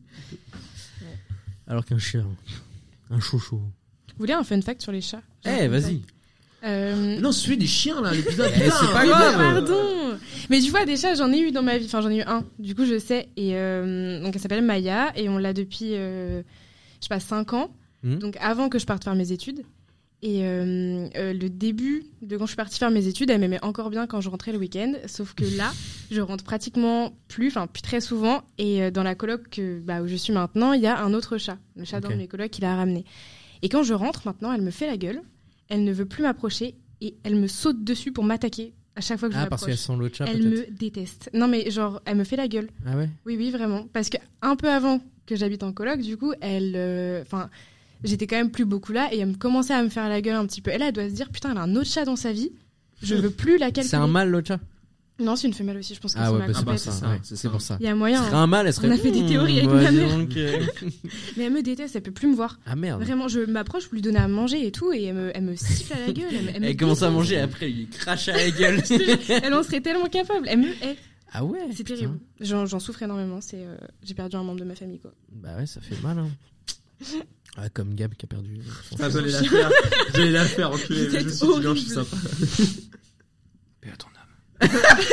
Alors qu'un chien, un chouchou. Vous voulez un fun fact sur les chats? Eh, J'ai un fun vas-y. fact. Euh... Non, celui des chiens là, l'épisode. Eh, putain, c'est pas Oui, grave. mais pardon. Mais tu vois, déjà, j'en ai eu dans ma vie. Enfin, j'en ai eu un. Du coup, je sais. Et euh, donc, elle s'appelle Maya et on l'a depuis, euh, je sais pas, cinq ans. Mhm. Donc, avant que je parte faire mes études. Et euh, euh, le début de quand je suis partie faire mes études, elle m'aimait encore bien quand je rentrais le week-end. Sauf que là, je rentre pratiquement plus, enfin, plus très souvent. Et euh, dans la coloc que, bah, où je suis maintenant, il y a un autre chat. Le chat Ok. d'un de mes colocs qui l'a ramené. Et quand je rentre maintenant, elle me fait la gueule. Elle ne veut plus m'approcher. Et elle me saute dessus pour m'attaquer à chaque fois que je Ah, parce qu'elle m'approche. sent l'autre chat, Elle peut-être. me déteste. Non mais genre, elle me fait la gueule. Ah ouais? Oui, oui, vraiment. Parce que un peu avant que j'habite en coloc, du coup, elle, enfin, euh, j'étais quand même plus beaucoup là et elle me commençait à me faire la gueule un petit peu. Elle, elle doit se dire, putain, elle a un autre chat dans sa vie. Je veux plus la calculer. C'est un mâle, l'autre chat? Non, c'est une femelle aussi. Je pense que Ah c'est ouais, ma bah, c'est pour complète. ça. ça, ouais, c'est c'est ça. pour ça. Il y a Ce moyen. serait hein. un mâle, elle serait. On a fait des Mmh, théories avec ouais, ma dis mère. donc, euh. Mais elle me déteste. Elle peut plus me voir. Ah merde. Vraiment, je m'approche pour lui donner à manger et tout, et elle me, elle me siffle à la gueule. Elle, me- elle me Elle commence à déteste. manger et après il lui crache à la gueule. Elle en serait tellement capable. Elle me hait. Ah ouais? C'est putain. terrible. J'en, j'en souffre énormément. C'est, euh, j'ai perdu un membre de ma famille, quoi. Bah ouais, ça fait mal, hein. Ah, comme Gab qui a perdu. son Ah, fils. j'allais la faire. J'allais la faire, enculé. Vous Mais je êtes me suis dit, non, je suis horrible. sympa. Paix à ton âme.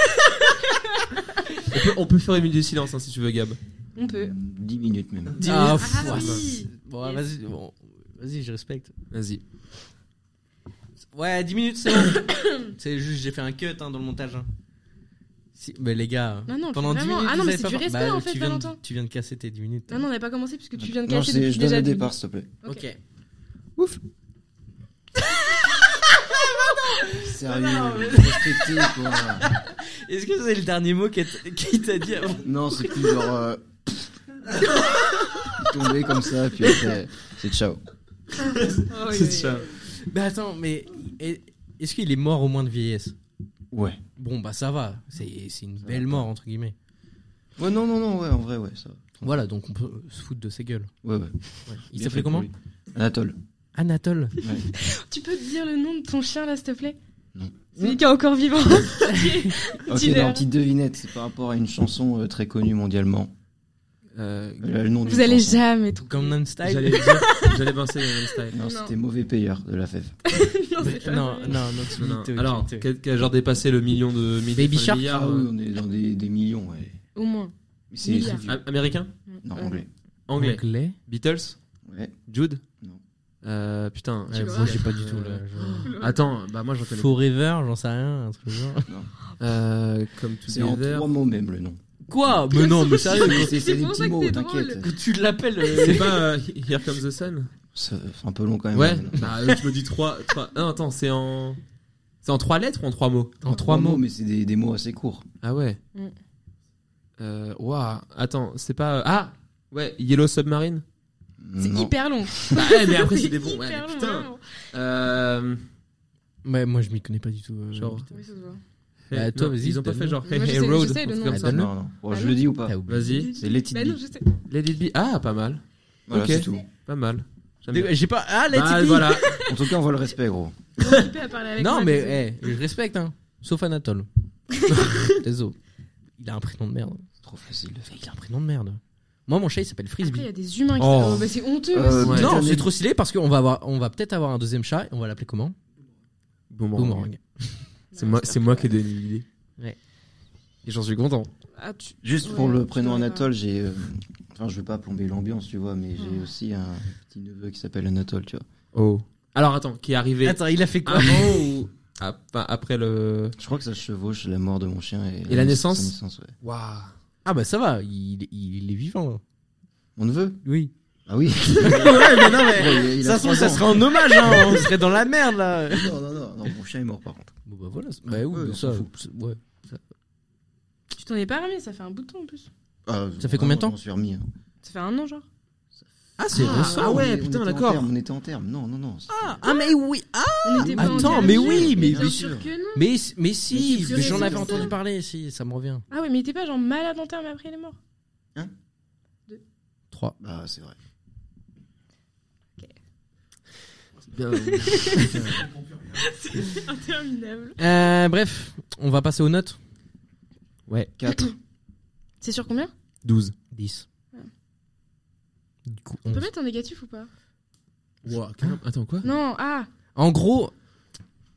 On peut, on peut faire une minute de silence hein, si tu veux, Gab. On peut. dix minutes même. Dix Ah, minutes. pff, Ah, ouais, oui. ça- Bon, ouais, vas-y, bon, vas-y, je respecte. Vas-y. Ouais, dix minutes, c'est bon. C'est juste, j'ai fait un cut hein, dans le montage. Hein. Si, mais les gars, Non, non, pendant dix vraiment. minutes, Ah non, vous mais avez c'est pas du par- respect, bah, en fait, tu viens, de, Valentin. tu viens de casser tes dix minutes. Non, non, on n'a pas commencé puisque tu viens de Non, casser c'est- depuis je donne déjà le dix départ, minutes. s'il te plaît. Ok. Ok. Sérieux, respectez quoi. Est-ce que c'est le dernier mot qu'il t'a- qu'il t'a dit avant? Non, c'est plus genre. Euh... tomber comme ça, puis après, c'est ciao. Oh, oui, C'est oui. ça. Mais attends, mais est- est-ce qu'il est mort au moins de vieillesse? Ouais. Bon, bah ça va. C'est c'est une belle mort, entre guillemets. Ouais, non, non, non, ouais, en vrai, ouais, ça va. Voilà, donc on peut se foutre de ses gueules. Ouais, ouais. Ouais. Il Bien s'appelait fait comment? pour lui. Anatole. Anatole. Ouais. Tu peux te dire le nom de ton chien là, s'il te plaît? Non. Celui qui est encore vivant. Ok, Dis-le. non, petite devinette, c'est par rapport à une chanson euh, très connue mondialement. Euh, Elle a le nom Vous d'une allez chanson. jamais trouver. Gangnam Style. J'allais dire, j'allais penser à style. Non, Non. c'était Mauvais Payeur de la F F. Non, Mais- c'est pas non, vrai. non, non, tu Non, non. mytho, tu Alors, mytho. quel, quel genre dépassé le million de millions Baby enfin, le Shark milliard, Ah oui, euh, on est dans des, des millions, ouais. Au moins. Mais c'est Milliards. c'est vieux. a- Américain? Non, Euh, anglais. Anglais? Anglais. Beatles? Ouais. Jude? Non. Euh, putain. Ouais, vois moi j'ai pas du tout Euh, là. je- Attends, bah moi j'en connais. Forever, j'en sais rien, un truc du genre. Euh, comme C'est en Together. trois mots même le nom. Quoi? Mais non, mais sérieux, C'est- quoi. C'est c'est des pour ça petits que mots, c'est t'inquiète. drôle. Tu l'appelles. euh, C'est pas euh, Here Comes the Sun? C'est c'est un peu long quand même. Ouais. mais non. Bah, euh, tu me dis trois, trois. Non, attends, c'est en. C'est en trois lettres ou en trois mots? En trois mots. mais c'est des, des mots assez courts. Ah ouais. Mm. Euh, waouh. Attends, c'est pas. euh, Ah! Ouais, Yellow Submarine? C'est Non. hyper long. Bah, ouais, mais après c'est des bons. Ouais, hyper mais long, putain. vraiment. Euh. Ouais, moi je m'y connais pas du tout. euh, Genre. Oui, ça se voit. Bah, hey, toi, non, vas-y, Ils ont pas donne-le. fait genre Moi, Hey je Hey sais- je Road. sais le un truc nom. comme Ah, ça. donne-le. Non, non. Bon, Ah je non. le dis ou pas? T'as oublié. Vas-y. C'est Let It Bah Be. non, je sais. Let It Be. Ah, pas mal. Voilà, Ok. c'est tout. Pas mal. J'aime bien. J'ai pas. Ah, let's Bah, it be. voilà. En tout cas, on voit le respect, gros. Occupé à parler avec Non, moi, mais désolé. eh, je respecte, hein. Sauf Anatole. Désolé. Il a un prénom de merde. Trop facile de faire. Il a un prénom de merde. Moi, mon chat, il s'appelle Après, il y Frisbee. a des humains qui. Oh. Oh, bah c'est honteux. Euh, aussi. Ouais. Non, Putain, c'est mais- trop stylé parce qu'on va avoir, on va peut-être avoir un deuxième chat et on va l'appeler comment? Boomerang. Boomerang. C'est moi, c'est moi qui ai donné l'idée. Ouais. Et j'en suis content. Ah, tu- Juste Ouais, pour le je prénom dois- Anatole, j'ai. euh, Enfin, je veux pas plomber l'ambiance, tu vois, mais j'ai Ah. aussi un petit neveu qui s'appelle Anatole, tu vois. Oh. Alors attends, qui est arrivé Attends, il a fait quoi? avant ou ap- enfin, après le. Je crois que ça chevauche la mort de mon chien et, Et la naissance sa naissance, ouais. Waouh. Ah bah ça va, il, il, il est vivant. Mon neveu? Oui. Ah oui. ouais, mais non, mais Bon, il, il a ça se trouve, trois ça ans. serait en hommage, hein. On serait dans la merde là. Non, non, non, non, mon chien est mort par contre. Bon bah voilà. Bah oui, Ouais, mais on ça. s'en fout. c'est- Ouais. Tu t'en es pas remis, ça fait un bout de temps en plus. Ah, Ça fait combien de temps? Je m'en suis remis. hein. Ça fait un an, genre. Ah c'est Ah, récent. ah ouais, on est- putain, on était en d'accord. terme, On était en terme. Non, non, non. c'était- Ah, ah, mais oui. Ah. On était pas en attends, terme. mais oui, mais bien bien sûr que non. Mais mais si, c'est mais j'en plus avais récent, entendu ça. parler. Si, ça me revient. Ah ouais, mais il était pas genre malade en terme et après il est mort. trois. Bah, c'est vrai. Bien. C'est interminable. Euh, bref, on va passer aux notes. Ouais. quatre. C'est sur combien? douze. dix. Ouais. Du coup, On peut onze. mettre en négatif ou pas? Wow, carrément. Attends, quoi? Non, ah. En gros,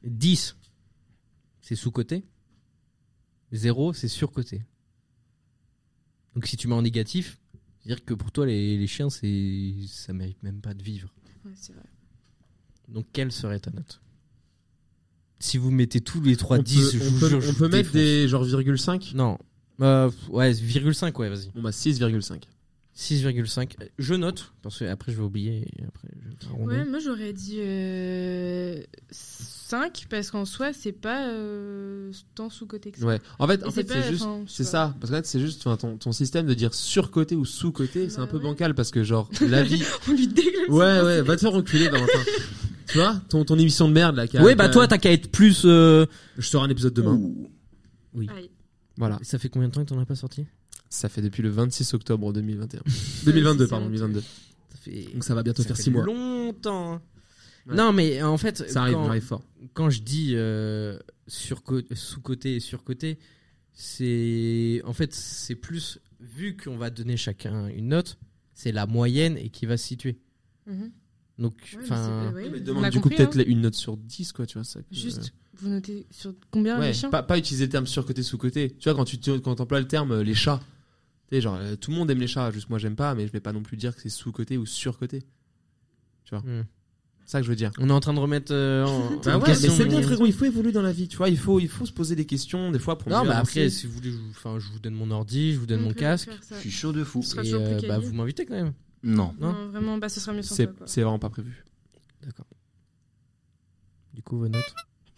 dix, c'est sous-coté. zéro, c'est surcoté. Donc si tu mets en négatif, c'est-à-dire que pour toi, les, les chiens, c'est, ça mérite même pas de vivre. Ouais, c'est vrai. Donc quelle serait ta note? Si vous mettez tous les trois On dix, peut, je on vous peut, jure, on je peut vous mettre défonce. des genre virgule cinq. Non. Euh, ouais, virgule cinq, ouais, vas-y. Bon bah six virgule cinq. six virgule cinq. Je note, parce que après je vais oublier et après je vais arrondir. Ouais, moi j'aurais dit euh, cinq parce qu'en soi c'est pas euh, tant sous-côté que ça. Ouais. En fait, Et en c'est fait pas- c'est juste, enfin, je c'est sais ça. Parce que là, c'est juste enfin, ton, ton système de dire surcoté ou sous-côté, c'est Bah un peu ouais. bancal parce que genre la vie. On lui dégueule. Ouais, ouais, va te faire reculer, Valentin. Tu vois, ton, ton émission de merde là. qui a- Ouais, bah qui a- toi t'as qu'à être plus. Euh... Je sors un épisode demain. Oui. Aïe. Voilà. Ça fait combien de temps que t'en as pas sorti? Ça fait depuis le vingt-six octobre deux mille vingt et un. deux mille vingt-deux, c'est pardon, ça. deux mille vingt-deux. Ça fait. Donc ça va bientôt ça faire fait six mois. Longtemps. Ouais. Non, mais en fait, Ça arrive, quand, ça arrive fort. quand je dis euh, surco- sous-côté et surcoté, c'est en fait c'est plus vu qu'on va donner chacun une note, c'est la moyenne et qui va se situer. Mhm. Donc, Ouais, mais enfin, c'est- ouais, Mais on demande a du coup compris, peut-être hein. les- une note sur dix, quoi, tu vois. Ça, que- Juste, vous notez sur combien Ouais, les chiens pas, pas utiliser le terme surcoté, sous-côté. Tu vois, quand tu quand emploies le terme euh, les chats, tu sais, genre, euh, tout le monde aime les chats, juste moi j'aime pas, mais je vais pas non plus dire que c'est sous-côté ou surcoté. hmm. C'est ça que je veux dire. on est en train de remettre euh, en, Bah en ouais, question, mais c'est bien, mais- frérot, il faut évoluer dans la vie, tu vois, il faut, il faut se poser des questions, des fois, pour Non, mieux bah avancer. après, si vous voulez, je vous, enfin, je vous donne mon ordi, je vous donne On mon peut casque, faire ça. Je suis chaud de fou. Ce sera et toujours plus euh, bah quali. vous m'invitez quand même. Non. Non. Non, vraiment, bah ce sera mieux sans c'est toi, quoi. c'est vraiment pas prévu. D'accord. Du coup, vos notes.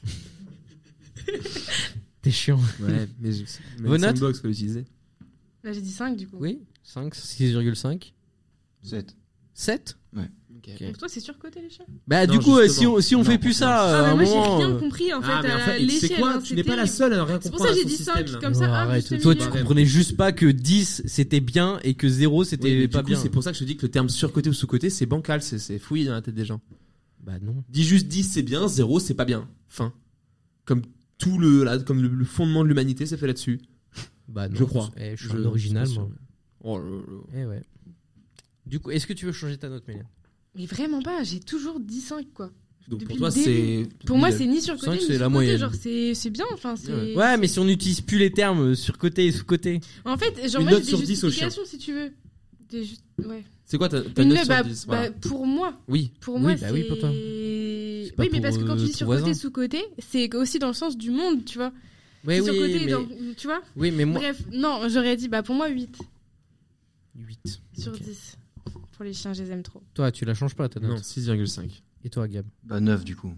T'es chiant. Ouais, mais, je- mais Vos le notes sandbox, faut l'utiliser. Là j'ai dit cinq du coup. Oui, cinq, six virgule cinq, sept. sept. Ok. Pour toi c'est surcoté les chiens. Bah Non, du coup, euh, si justement. on si on Non, fait plus ça, Ah, euh, à mais un moi j'ai moment, rien euh, compris en fait. Ah, mais en à fait, tu sais l'échelle, quoi, hein, tu n'es pas c'était- la seule à rien C'est pour comprendre ça à que j'ai son dit cinq système. comme non, ça. ah, arrête. juste Toi, milieu. tu comprenais juste pas que dix c'était bien et que zéro c'était Oui, mais pas du coup, bien. c'est pour ça que je te dis que le terme surcoté ou sous-côté, c'est bancal, c'est c'est fouillé dans la tête des gens. Bah non. Dis juste dix c'est bien, zéro c'est pas bien. Fin. Comme tout le, là, comme le, le fondement de l'humanité c'est fait là-dessus. Bah non. Je crois. Eh, je suis Je- un original je suis moi. sûr. Oh là là. Eh ouais. Du coup, est-ce que tu veux changer ta note, Méliane? Mais vraiment pas, j'ai toujours dit cinq quoi. Donc Depuis pour toi le début. c'est. Pour moi c'est ni surcoté cinq, ni c'est la sous-côté, moyenne. genre c'est c'est bien, enfin c'est. Ouais, mais si on n'utilise plus les termes surcoté et sous-côté. En fait, genre Une moi note j'ai sur des dix au chien. justifications si tu veux. Des juste... ouais. C'est quoi ta, ta Une note note, sur bah, dix bah, voilà. pour moi. Oui. Pour Oui, moi, bah c'est. oui, pour toi. Oui, pas mais pour, parce que quand euh, tu dis ton surcoté, voisin. sous-côté, c'est aussi dans le sens du monde, tu vois. Ouais, C'est oui, surcoté, mais dans- tu vois. oui, mais moi Bref, non, j'aurais dit, bah pour moi, huit huit sur Ok. dix. Pour les chiens, je les aime trop. Toi, tu la changes pas ta Non, note. six virgule cinq. Et toi, Gab? Bah neuf du coup.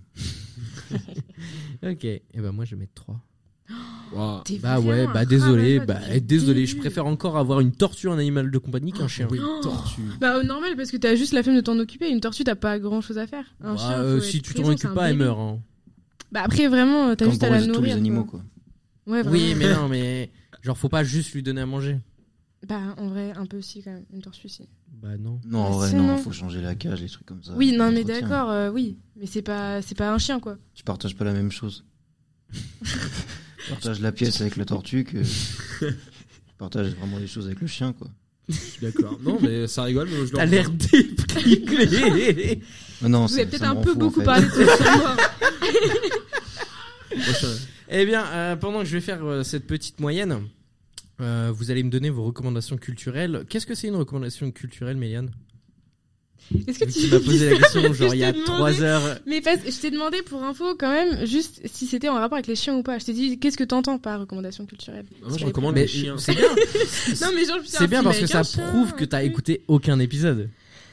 Ok. Et ben moi, je vais mettre trois. Wow. T'es Bah vraiment ouais, un bah désolé, rabat-joie bah depuis le désolé, je début. préfère encore avoir une tortue, un animal de compagnie qu'un chien. Oui, tortue. Bah, euh, normal, parce que t'as juste la flemme de t'en occuper. Une tortue, t'as pas grand chose à faire. Un Bah, chien, euh, faut si être tu t'en présent, occupes c'est un pas, elle bébé. meurt. Hein. Bah après, vraiment, t'as Comme juste à pour la les- tous nourrir. les animaux quoi. quoi. Ouais, vraiment. Oui, mais non, mais genre faut pas juste lui donner à manger. Bah, en vrai, un peu aussi quand même. Une tortue, si. Bah non. Non, en Ah, vrai c'est non, non. faut changer la cage, les trucs comme ça. Oui, non, mais L'entretien. d'accord, euh, oui. Mais c'est pas, c'est pas un chien, quoi. Tu partages pas la même chose. Tu partages la pièce avec la tortue que. Tu partages vraiment les choses avec le chien quoi. Je suis d'accord. Non, mais ça rigole, mais je T'as le l'air déprimé. Ah non, Vous ça- avez peut-être ça un me peu rend fou, en beaucoup fait. parlé de ce chien mort. reprends. Eh bien, euh, pendant que je vais faire euh, cette petite moyenne, euh, vous allez me donner vos recommandations culturelles. Qu'est-ce que c'est une recommandation culturelle, Méliane? Est-ce que Vu tu qu'il m'a posé la question que genre je il y a t'ai trois demandé heures. Mais parce que je t'ai demandé pour info quand même juste si c'était en rapport avec les chiens ou pas. Je t'ai dit qu'est-ce que t'entends par recommandation culturelle. Moi, je recommande Mais les chiens. c'est bien. Non mais genre je C'est bien parce que ça prouve que t'as écouté aucun épisode.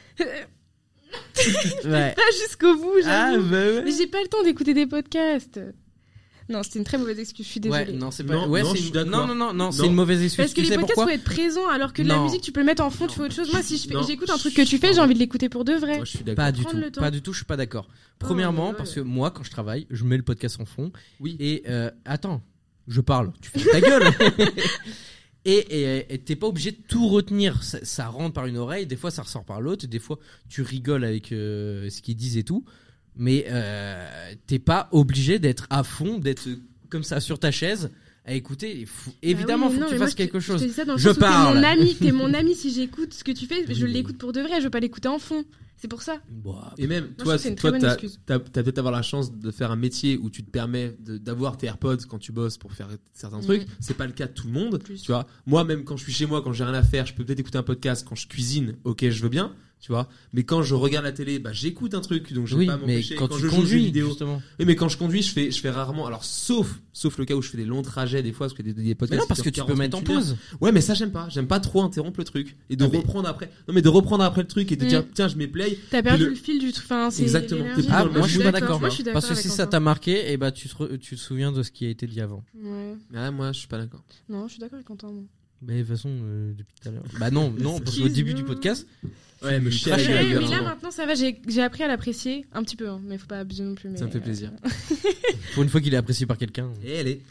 Ouais. pas jusqu'au bout, Ah j'avoue. bah ouais. Mais j'ai pas le temps d'écouter des podcasts. Non, c'était une très mauvaise excuse, je suis désolée. Ouais, non, c'est pas. Non, ouais, non, c'est je suis une- d'accord. non, non, non, non, c'est Non. une mauvaise excuse. Parce que Tu les sais podcasts pourquoi faut être présent alors que de la Non. musique tu peux le mettre en fond, tu fais autre chose. Moi si je fais- Non. j'écoute un truc que tu fais, j'ai envie de l'écouter pour de vrai. Moi, je suis d'accord. Pas du Prendre tout. le temps. Pas du tout. Je suis pas d'accord. Premièrement, ouais, parce ouais. que moi, quand je travaille, je mets le podcast en fond. Oui. Et euh, attends, je parle. Tu fais ta gueule. Et et- et t'es pas obligé de tout retenir. Ça, ça rentre par une oreille. Des fois, ça ressort par l'autre. Des fois, tu rigoles avec euh, ce qu'ils disent et tout. Mais euh, t'es pas obligé d'être à fond, d'être comme ça sur ta chaise à écouter. Il faut- évidemment, Bah oui, faut mais que tu non, mais fasses moi, je te- quelque chose. Je te dis ça dans le Je sens où t'es parle. mon ami, t'es mon ami si j'écoute ce que tu fais, je l'écoute pour de vrai, je veux pas l'écouter en fond. C'est pour ça. Bah, Et même, je toi, trouve que c'est une toi, très bonne t'as, excuse. t'as, t'as peut-être avoir la chance de faire un métier où tu te permets de, d'avoir tes AirPods quand tu bosses pour faire certains Mhm. trucs. C'est pas le cas de tout le monde, Plus. tu vois. Moi, même quand je suis chez moi, quand j'ai rien à faire, je peux peut-être écouter un podcast. Quand je cuisine, ok, je veux bien, tu vois. Mais quand je regarde la télé, bah, j'écoute un truc, donc je vais oui, pas mais m'empêcher. quand, quand tu je joue aux jeux conduis, vidéo. justement. Oui, mais quand je conduis, je fais, je fais rarement. Alors, sauf, sauf le cas où je fais des longs trajets des fois, parce que des, des podcasts. Mais non, parce qui que durent tu peux quarante mettre en minutes, une heure. pause. Ouais, mais ça j'aime pas. J'aime pas trop interrompre le truc et de Ah, mais- reprendre après. Non, mais de reprendre après le truc et de Mm. dire tiens, je mets play. T'as perdu le- le... fil du truc. Enfin, c'est Exactement. l'énergie. T'es plus Ah, dans le moi même je suis mood. pas d'accord. Moi, je suis d'accord Parce que si avec ça Quentin. t'a marqué, et bah tu te, re- tu te souviens de ce qui a été dit avant. Ouais. Ah, moi, je suis pas d'accord. Non, je suis d'accord avec Quentin. moi. Mais de toute façon, euh, depuis tout à l'heure. Bah non, non, parce qu'au début du podcast, Ouais, mais je suis à Crachez la la Oui, gueule. mais là hein. maintenant ça va. J'ai j'ai appris à l'apprécier un petit peu, hein, mais faut pas abuser non plus. Mais Ça me fait euh, plaisir. pour une fois qu'il est apprécié par quelqu'un. Et elle est.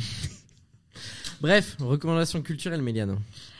Bref, recommandation culturelle, Méliane.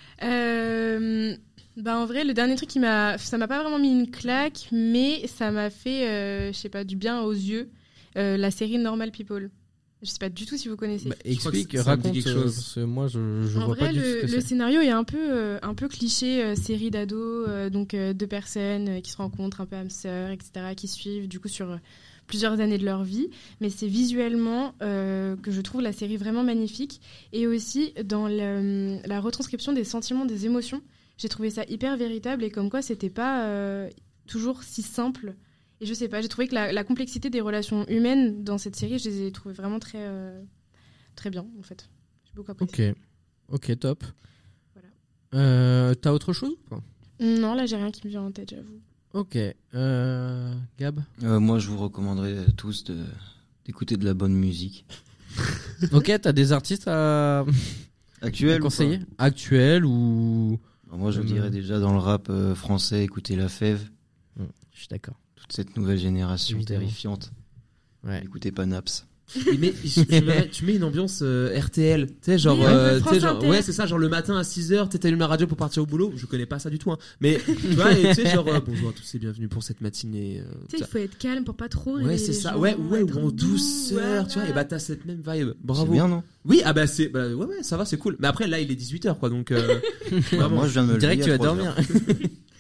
Euh, bah en vrai, le dernier truc qui m'a, ça m'a pas vraiment mis une claque, mais ça m'a fait, euh, je sais pas, du bien aux yeux. Euh, la série Normal People. Je sais pas du tout si vous connaissez. Bah, Je crois que explique, ça- ça me dit raconte, quelque euh, chose. parce que moi je, je En vois vrai, pas du tout ce le, que le c'est. scénario est un peu, euh, un peu cliché, euh, série d'ados, euh, donc euh, deux personnes euh, qui se rencontrent, un peu âmes sœurs, et cetera, qui suivent du coup sur euh, plusieurs années de leur vie. Mais c'est visuellement euh, que je trouve la série vraiment magnifique, et aussi dans le- la retranscription des sentiments, des émotions. J'ai trouvé ça hyper véritable et comme quoi c'était pas euh, toujours si simple. Et je sais pas, j'ai trouvé que la, la complexité des relations humaines dans cette série, je les ai trouvées vraiment très, euh, très bien en fait. J'ai beaucoup apprécié. Ok, ok, top. Voilà. Euh, T'as autre chose ou pas? Non, là j'ai rien qui me vient en tête, j'avoue. Ok, euh, Gab. Euh, moi, je vous recommanderais euh, tous de d'écouter de la bonne musique. Ok, t'as des artistes à, à Actuelle ou pas conseiller, actuels ou Moi, je vous Euh, dirais déjà dans le rap euh, français, écoutez La Fève, Je suis d'accord. toute cette nouvelle génération Évidemment. terrifiante. Ouais. Écoutez pas Naps. Mais tu mets, tu mets une ambiance euh, R T L, tu sais genre, Oui, euh, France tu sais, genre Inter. ouais c'est ça, genre le matin à six heures, t'allumes la radio pour partir au boulot. Je connais pas ça du tout, hein. Mais tu vois, et tu sais genre euh, bonjour à tous et bienvenue pour cette matinée. euh, Tu sais, il faut être calme pour pas trop ouais réveiller c'est les ça, gens, ouais ouais être ou en doux, douceur, tu vois, voilà. et bah t'as cette même vibe. C'est Bravo. bien, non Oui ah bah c'est bah, ouais ouais ça va c'est cool. Mais après là il est dix-huit heures quoi donc. Euh, Bah, Moi, je viens de me Direct, tu lever vas à trois dormir. heures.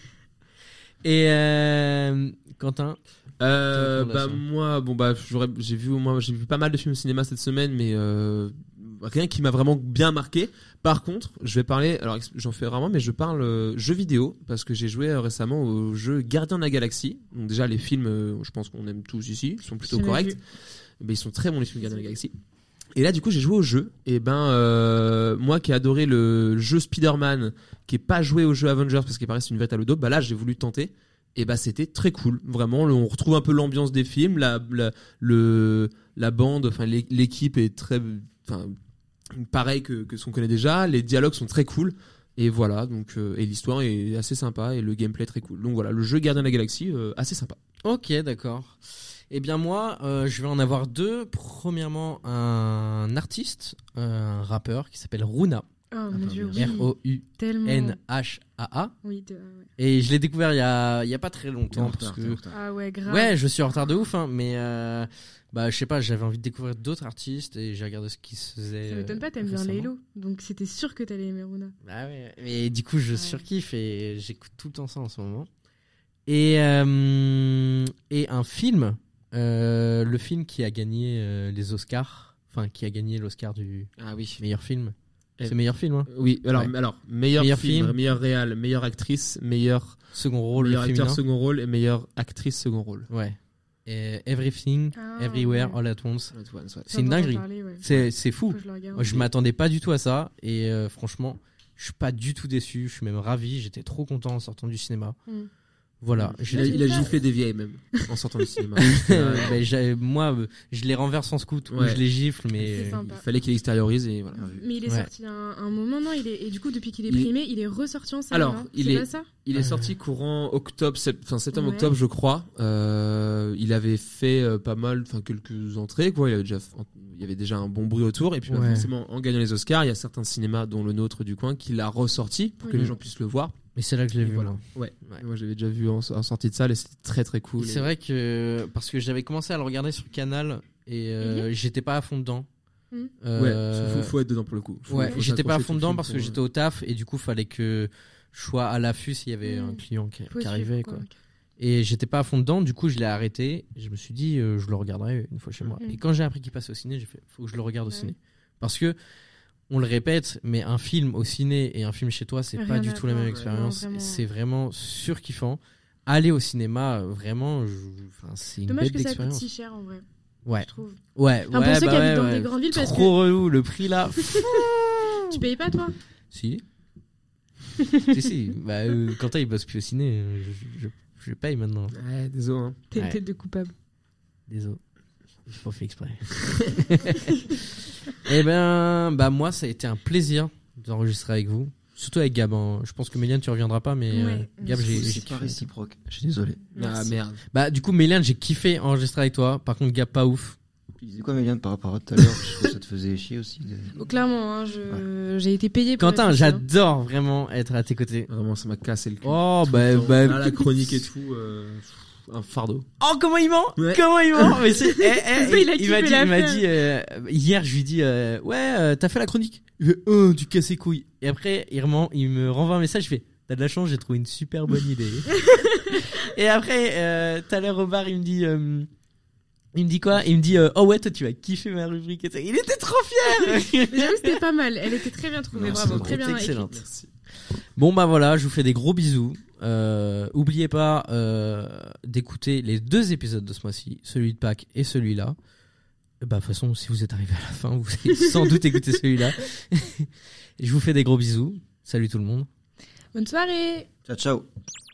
Et euh, Quentin. Euh, Quelle bah recommandation moi bon bah j'aurais j'ai vu au moins j'ai vu pas mal de films au cinéma cette semaine mais euh, rien qui m'a vraiment bien marqué. Par contre, je vais parler alors j'en fais rarement mais je parle euh, jeux vidéo parce que j'ai joué euh, récemment au jeu Gardien de la Galaxie. Donc déjà les films euh, je pense qu'on aime tous ici, ils sont plutôt Jamais corrects. vu. Mais ils sont très bons les films Gardien de la Galaxie. Et là du coup j'ai joué au jeu et ben euh, moi qui ai adoré le jeu Spider-Man qui est pas joué au jeu Avengers parce qu'il paraît que c'est une véritable dope, bah là j'ai voulu tenter. Et bah c'était très cool, vraiment. On retrouve un peu l'ambiance des films, la la le la bande, enfin l'é- l'équipe est très, enfin pareil que que ce qu'on connaît déjà. Les dialogues sont très cool et voilà donc euh, et l'histoire est assez sympa et le gameplay très cool. Donc voilà le jeu Gardien de la Galaxie euh, assez sympa. Ok, d'accord. Eh bien moi, euh, je vais en avoir deux. Premièrement, un artiste, euh, un rappeur qui s'appelle Runa, Oh mon dieu, oui. R O U Tellement. N H A A. Oui, de- ouais. Et je l'ai découvert il y a, il y a pas très longtemps En parce retard, que t'es en retard. Ah ouais, grave. ouais, je suis en retard de ouf, hein, mais euh, bah je sais pas, j'avais envie de découvrir d'autres artistes et j'ai regardé ce qui se faisait. Ça m'étonne pas, t'aimes euh, bien récemment. Laylo. Donc c'était sûr que t'allais aimer Runa. Ah ouais, et du coup je Ouais. surkiffe et j'écoute tout le temps ça en ce moment. Et euh, et un film, euh, le film qui a gagné euh, les Oscars, enfin qui a gagné l'Oscar du Ah oui. meilleur film. Et- C'est meilleur film, hein. Oui alors Ouais. alors meilleur, Meilleur film, film. meilleur réal, meilleure actrice, meilleur Second rôle meilleur féminin. acteur second rôle et meilleure actrice second rôle. Ouais. Et Everything, Ah, Everywhere, ouais. All at Once. Ouais, ouais, ouais. C'est une J'en ai dinguerie. parlé, ouais. C'est c'est fou. Faut que je le regarde. Moi, je m'attendais pas du tout à ça et euh, franchement, je suis pas du tout déçu. Je suis même ravi. J'étais trop content en sortant du cinéma. Mm. Voilà. Il Je a, l'ai- il a giflé des vieilles même en sortant du cinéma. Euh, ben, j'ai- moi, euh, je les renverse en scout ou Ouais. je les gifle, C'est mais sympa. Il fallait qu'il extériorise et voilà. Bien vu. Mais il est Ouais. sorti un, un moment, non il est, Et du coup, depuis qu'il est Il- primé, il est ressorti en salle. Alors, non il C'est est- pas ça Il est sorti courant octobre, sept- enfin septembre, Ouais. octobre, je crois. Euh, il avait fait euh, pas mal, enfin quelques entrées, quoi. Il avait déjà, il y avait déjà un bon bruit autour. Et puis bah, Ouais. forcément, en gagnant les Oscars, il y a certains cinémas, dont le nôtre du coin, qui l'a ressorti pour que Oui. les gens puissent le voir. mais c'est là que je l'ai Et vu. voilà. moi. Ouais. Ouais. Moi, j'avais déjà vu en, en sortie de salle et c'était très très cool. C'est Et- vrai que parce que j'avais commencé à le regarder sur Canal et euh, j'étais pas à fond dedans. Mm. Euh, Ouais. Faut, faut être dedans pour le coup. Faut- ouais, faut j'étais pas à s'accrocher fond tout le dedans film parce que pour- j'étais au taf et du coup fallait que je sois à l'affût s'il y avait Mm. un client qui, Faut qui arrivait suivre, quoi. quoi. Et j'étais pas à fond dedans, du coup je l'ai arrêté. Et je me suis dit, euh, je le regarderai une fois chez moi. Mhm. Et quand j'ai appris qu'il passait au ciné, j'ai fait, faut que je le regarde au Ouais. ciné. Parce que, on le répète, mais un film au ciné et un film chez toi, c'est Rien pas du à tout la voir, même ouais, expérience. non, vraiment. C'est vraiment surkiffant. Aller au cinéma, euh, vraiment, je... enfin, c'est une Dommage bête que ça coûte d'expérience. si cher en vrai, Ouais, je trouve. ouais, Enfin, ouais. pour ceux bah qui habitent ouais, dans ouais. des grandes villes, parce Trop que- relou, le prix là. Tu payes pas toi? Si. si, si. Bah, euh, Quentin, il bosse plus au ciné. euh, Je, je, je paye maintenant. Ouais, désolé. Hein. T'es une Ouais. tête de coupable. Désolé. J'ai pas fait exprès. Eh ben, bah, moi, ça a été un plaisir d'enregistrer avec vous. Surtout avec Gab. hein. Je pense que Méliane, tu reviendras pas, mais euh, Ouais. Gab, j'ai, j'ai C'est pas kiffé. réciproque. Je suis désolé. Ah Merci. merde. Bah, du coup, Méliane, j'ai kiffé enregistrer avec toi. Par contre, Gab, pas ouf. Tu disais quoi, Méliane, par rapport à tout à l'heure? Je trouve que ça te faisait chier aussi. de- Donc, clairement, hein, je... j'ai été payée pour Quentin, être ici, hein. j'adore vraiment être à tes côtés. Vraiment, ça m'a cassé le cul. Oh, bah, Tout le temps. bah. Là, la chronique et tout, euh, pff, un fardeau. Oh, comment il ment Ouais. Comment il ment Mais c'est, eh, eh, Ça, il a il m'a kiffé dit, il m'a l'affaire. dit euh, hier, je lui dis euh, ouais, euh, t'as fait la chronique. Il fait oh, tu casses les couilles. Et après, il, remen- il me renvoie un message. Je fais t'as de la chance, j'ai trouvé une super bonne idée. Et après, euh, tout à l'heure au bar, il me dit, euh, il me dit quoi Il me dit euh, oh ouais, toi tu vas kiffer ma rubrique. Et ça. Il était trop fier. Mais j'avoue, c'était pas mal. Elle était très bien trouvée, Non, bravo, c'est très bon, bien. excellente. écrite. Merci. Bon bah voilà, je vous fais des gros bisous. Euh, oubliez pas euh, d'écouter les deux épisodes de ce mois-ci, celui de Pâques et celui-là. Bah de toute façon, si vous êtes arrivé à la fin, vous allez sans doute écouter celui-là. Et je vous fais des gros bisous. Salut tout le monde. Bonne soirée. Ciao, ciao.